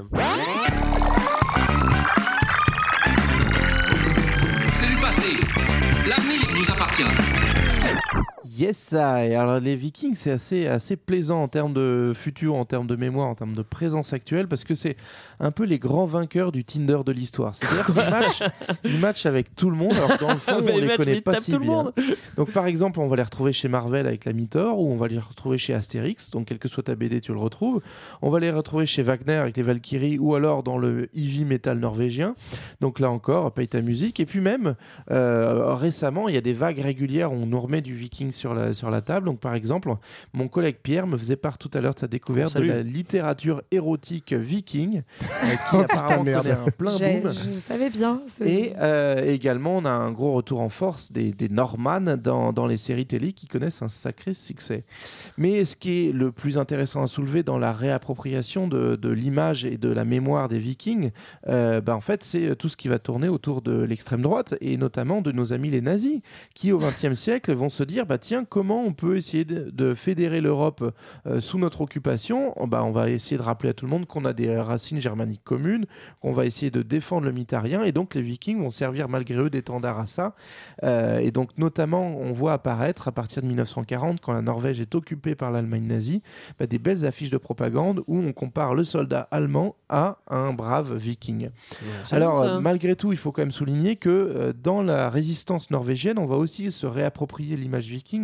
C'est du passé. L'avenir nous appartient. Yes, ça. Et alors les Vikings, c'est assez plaisant en termes de futur, en termes de mémoire, en termes de présence actuelle, parce que c'est un peu les grands vainqueurs du Tinder de l'histoire. C'est-à-dire qu'ils matchent avec tout le monde, alors que dans le fond, on les connaît pas si bien. Donc par exemple, on va les retrouver chez Marvel avec la Mythor, ou on va les retrouver chez Astérix, donc quelle que soit ta BD, tu le retrouves. On va les retrouver chez Wagner avec les Valkyries, ou alors dans le heavy metal norvégien. Donc là encore, paye ta musique. Et puis même, récemment, il y a des vagues régulières où on nous remet du Viking sur la table. Donc par exemple, mon collègue Pierre me faisait part tout à l'heure de sa découverte de la littérature érotique viking qui apparemment connaît un plein boom. Je savais bien. Et également, on a un gros retour en force des Normands dans les séries télé qui connaissent un sacré succès. Mais ce qui est le plus intéressant à soulever dans la réappropriation de l'image et de la mémoire des Vikings, en fait, c'est tout ce qui va tourner autour de l'extrême droite et notamment de nos amis les nazis qui au XXe siècle vont se dire tiens, comment on peut essayer de fédérer l'Europe sous notre occupation? On va essayer de rappeler à tout le monde qu'on a des racines germaniques communes, qu'on va essayer de défendre le mythe arien, et donc les Vikings vont servir malgré eux d'étendard à ça. Et donc notamment, on voit apparaître à partir de 1940, quand la Norvège est occupée par l'Allemagne nazie, des belles affiches de propagande où on compare le soldat allemand à un brave Viking. Alors malgré tout, il faut quand même souligner que dans la résistance norvégienne, on va aussi se réapproprier l'image viking,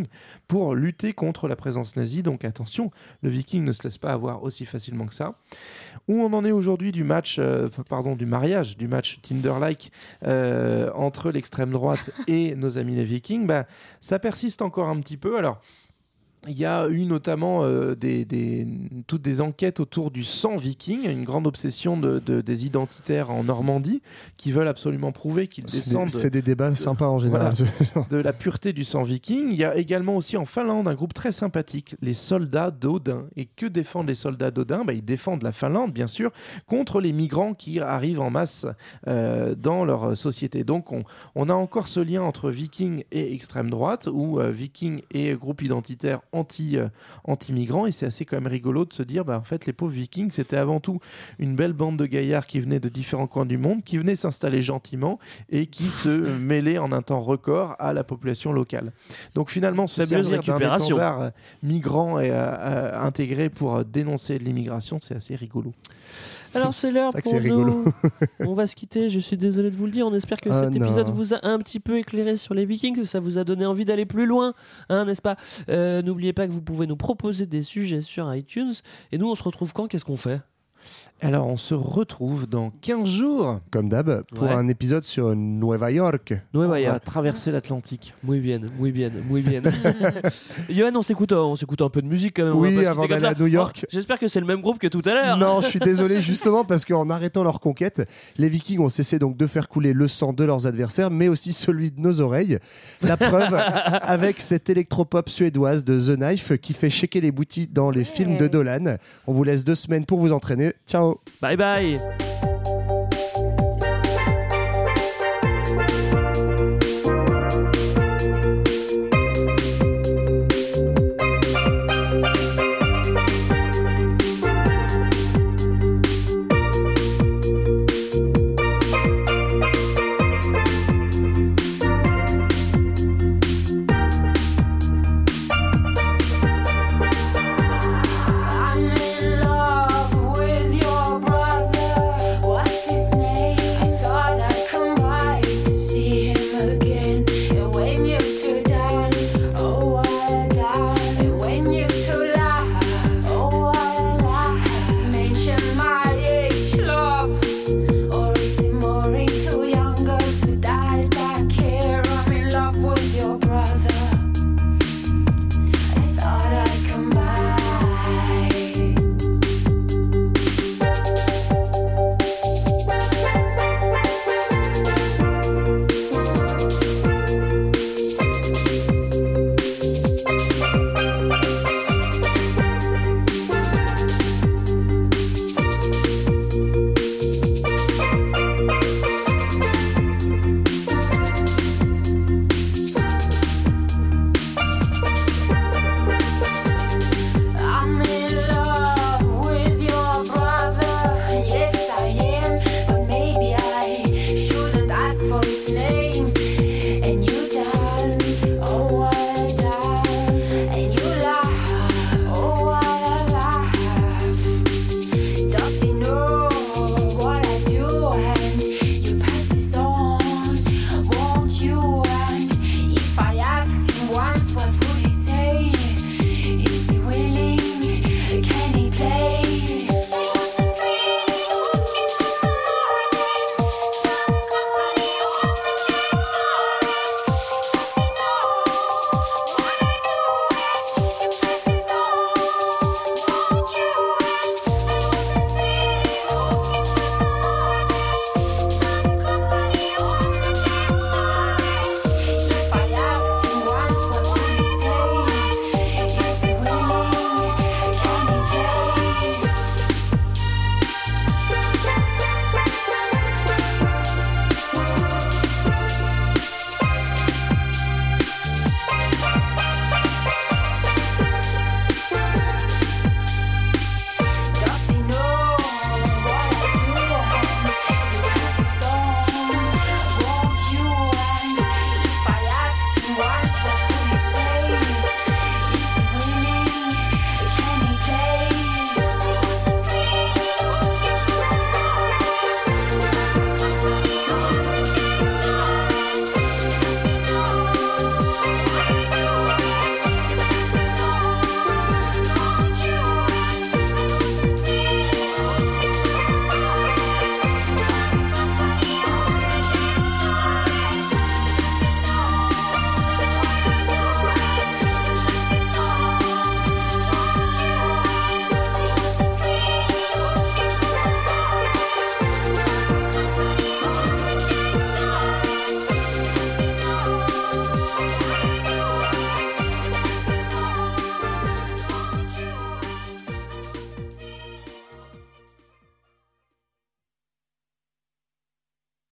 Vikings pour lutter contre la présence nazie. Donc attention, le Viking ne se laisse pas avoir aussi facilement que ça. Où on en est aujourd'hui du match Tinder-like entre l'extrême droite et nos amis les Vikings, ça persiste encore un petit peu. Alors, il y a eu notamment toutes des enquêtes autour du sang viking, une grande obsession des identitaires en Normandie qui veulent absolument prouver qu'ils descendent. C'est des débats sympas en général. Voilà, de la pureté du sang viking. Il y a également aussi en Finlande un groupe très sympathique, les soldats d'Odin. Et que défendent les soldats d'Odin ? Ils défendent la Finlande, bien sûr, contre les migrants qui arrivent en masse dans leur société. Donc on a encore ce lien entre viking et extrême droite, ou viking et groupe identitaire anti-migrants, et c'est assez quand même rigolo de se dire en fait les pauvres vikings c'était avant tout une belle bande de gaillards qui venaient de différents coins du monde, qui venaient s'installer gentiment et qui se mêlaient en un temps record à la population locale. Donc finalement se servir d'un étendard migrant et intégré pour dénoncer l'immigration, c'est assez rigolo. Alors c'est l'heure pour nous. On va se quitter, je suis désolé de vous le dire. On espère que cet épisode vous a un petit peu éclairé sur les Vikings, que ça vous a donné envie d'aller plus loin, n'est-ce pas ? N'oubliez pas que vous pouvez nous proposer des sujets sur iTunes. Et nous, on se retrouve quand ? Qu'est-ce qu'on fait ? Alors, on se retrouve dans 15 jours. Comme d'hab, pour un épisode sur Nueva York. On va traverser l'Atlantique. Muy bien. Johan, on s'écoute un peu de musique quand même. Oui, avant d'aller à New York. J'espère que c'est le même groupe que tout à l'heure. Non, je suis désolé, justement, parce qu'en arrêtant leur conquête, les Vikings ont cessé donc de faire couler le sang de leurs adversaires, mais aussi celui de nos oreilles. La preuve avec cette électropop suédoise de The Knife qui fait shaker les boutis dans les films de Dolan. On vous laisse 2 semaines pour vous entraîner. Ciao. Bye bye.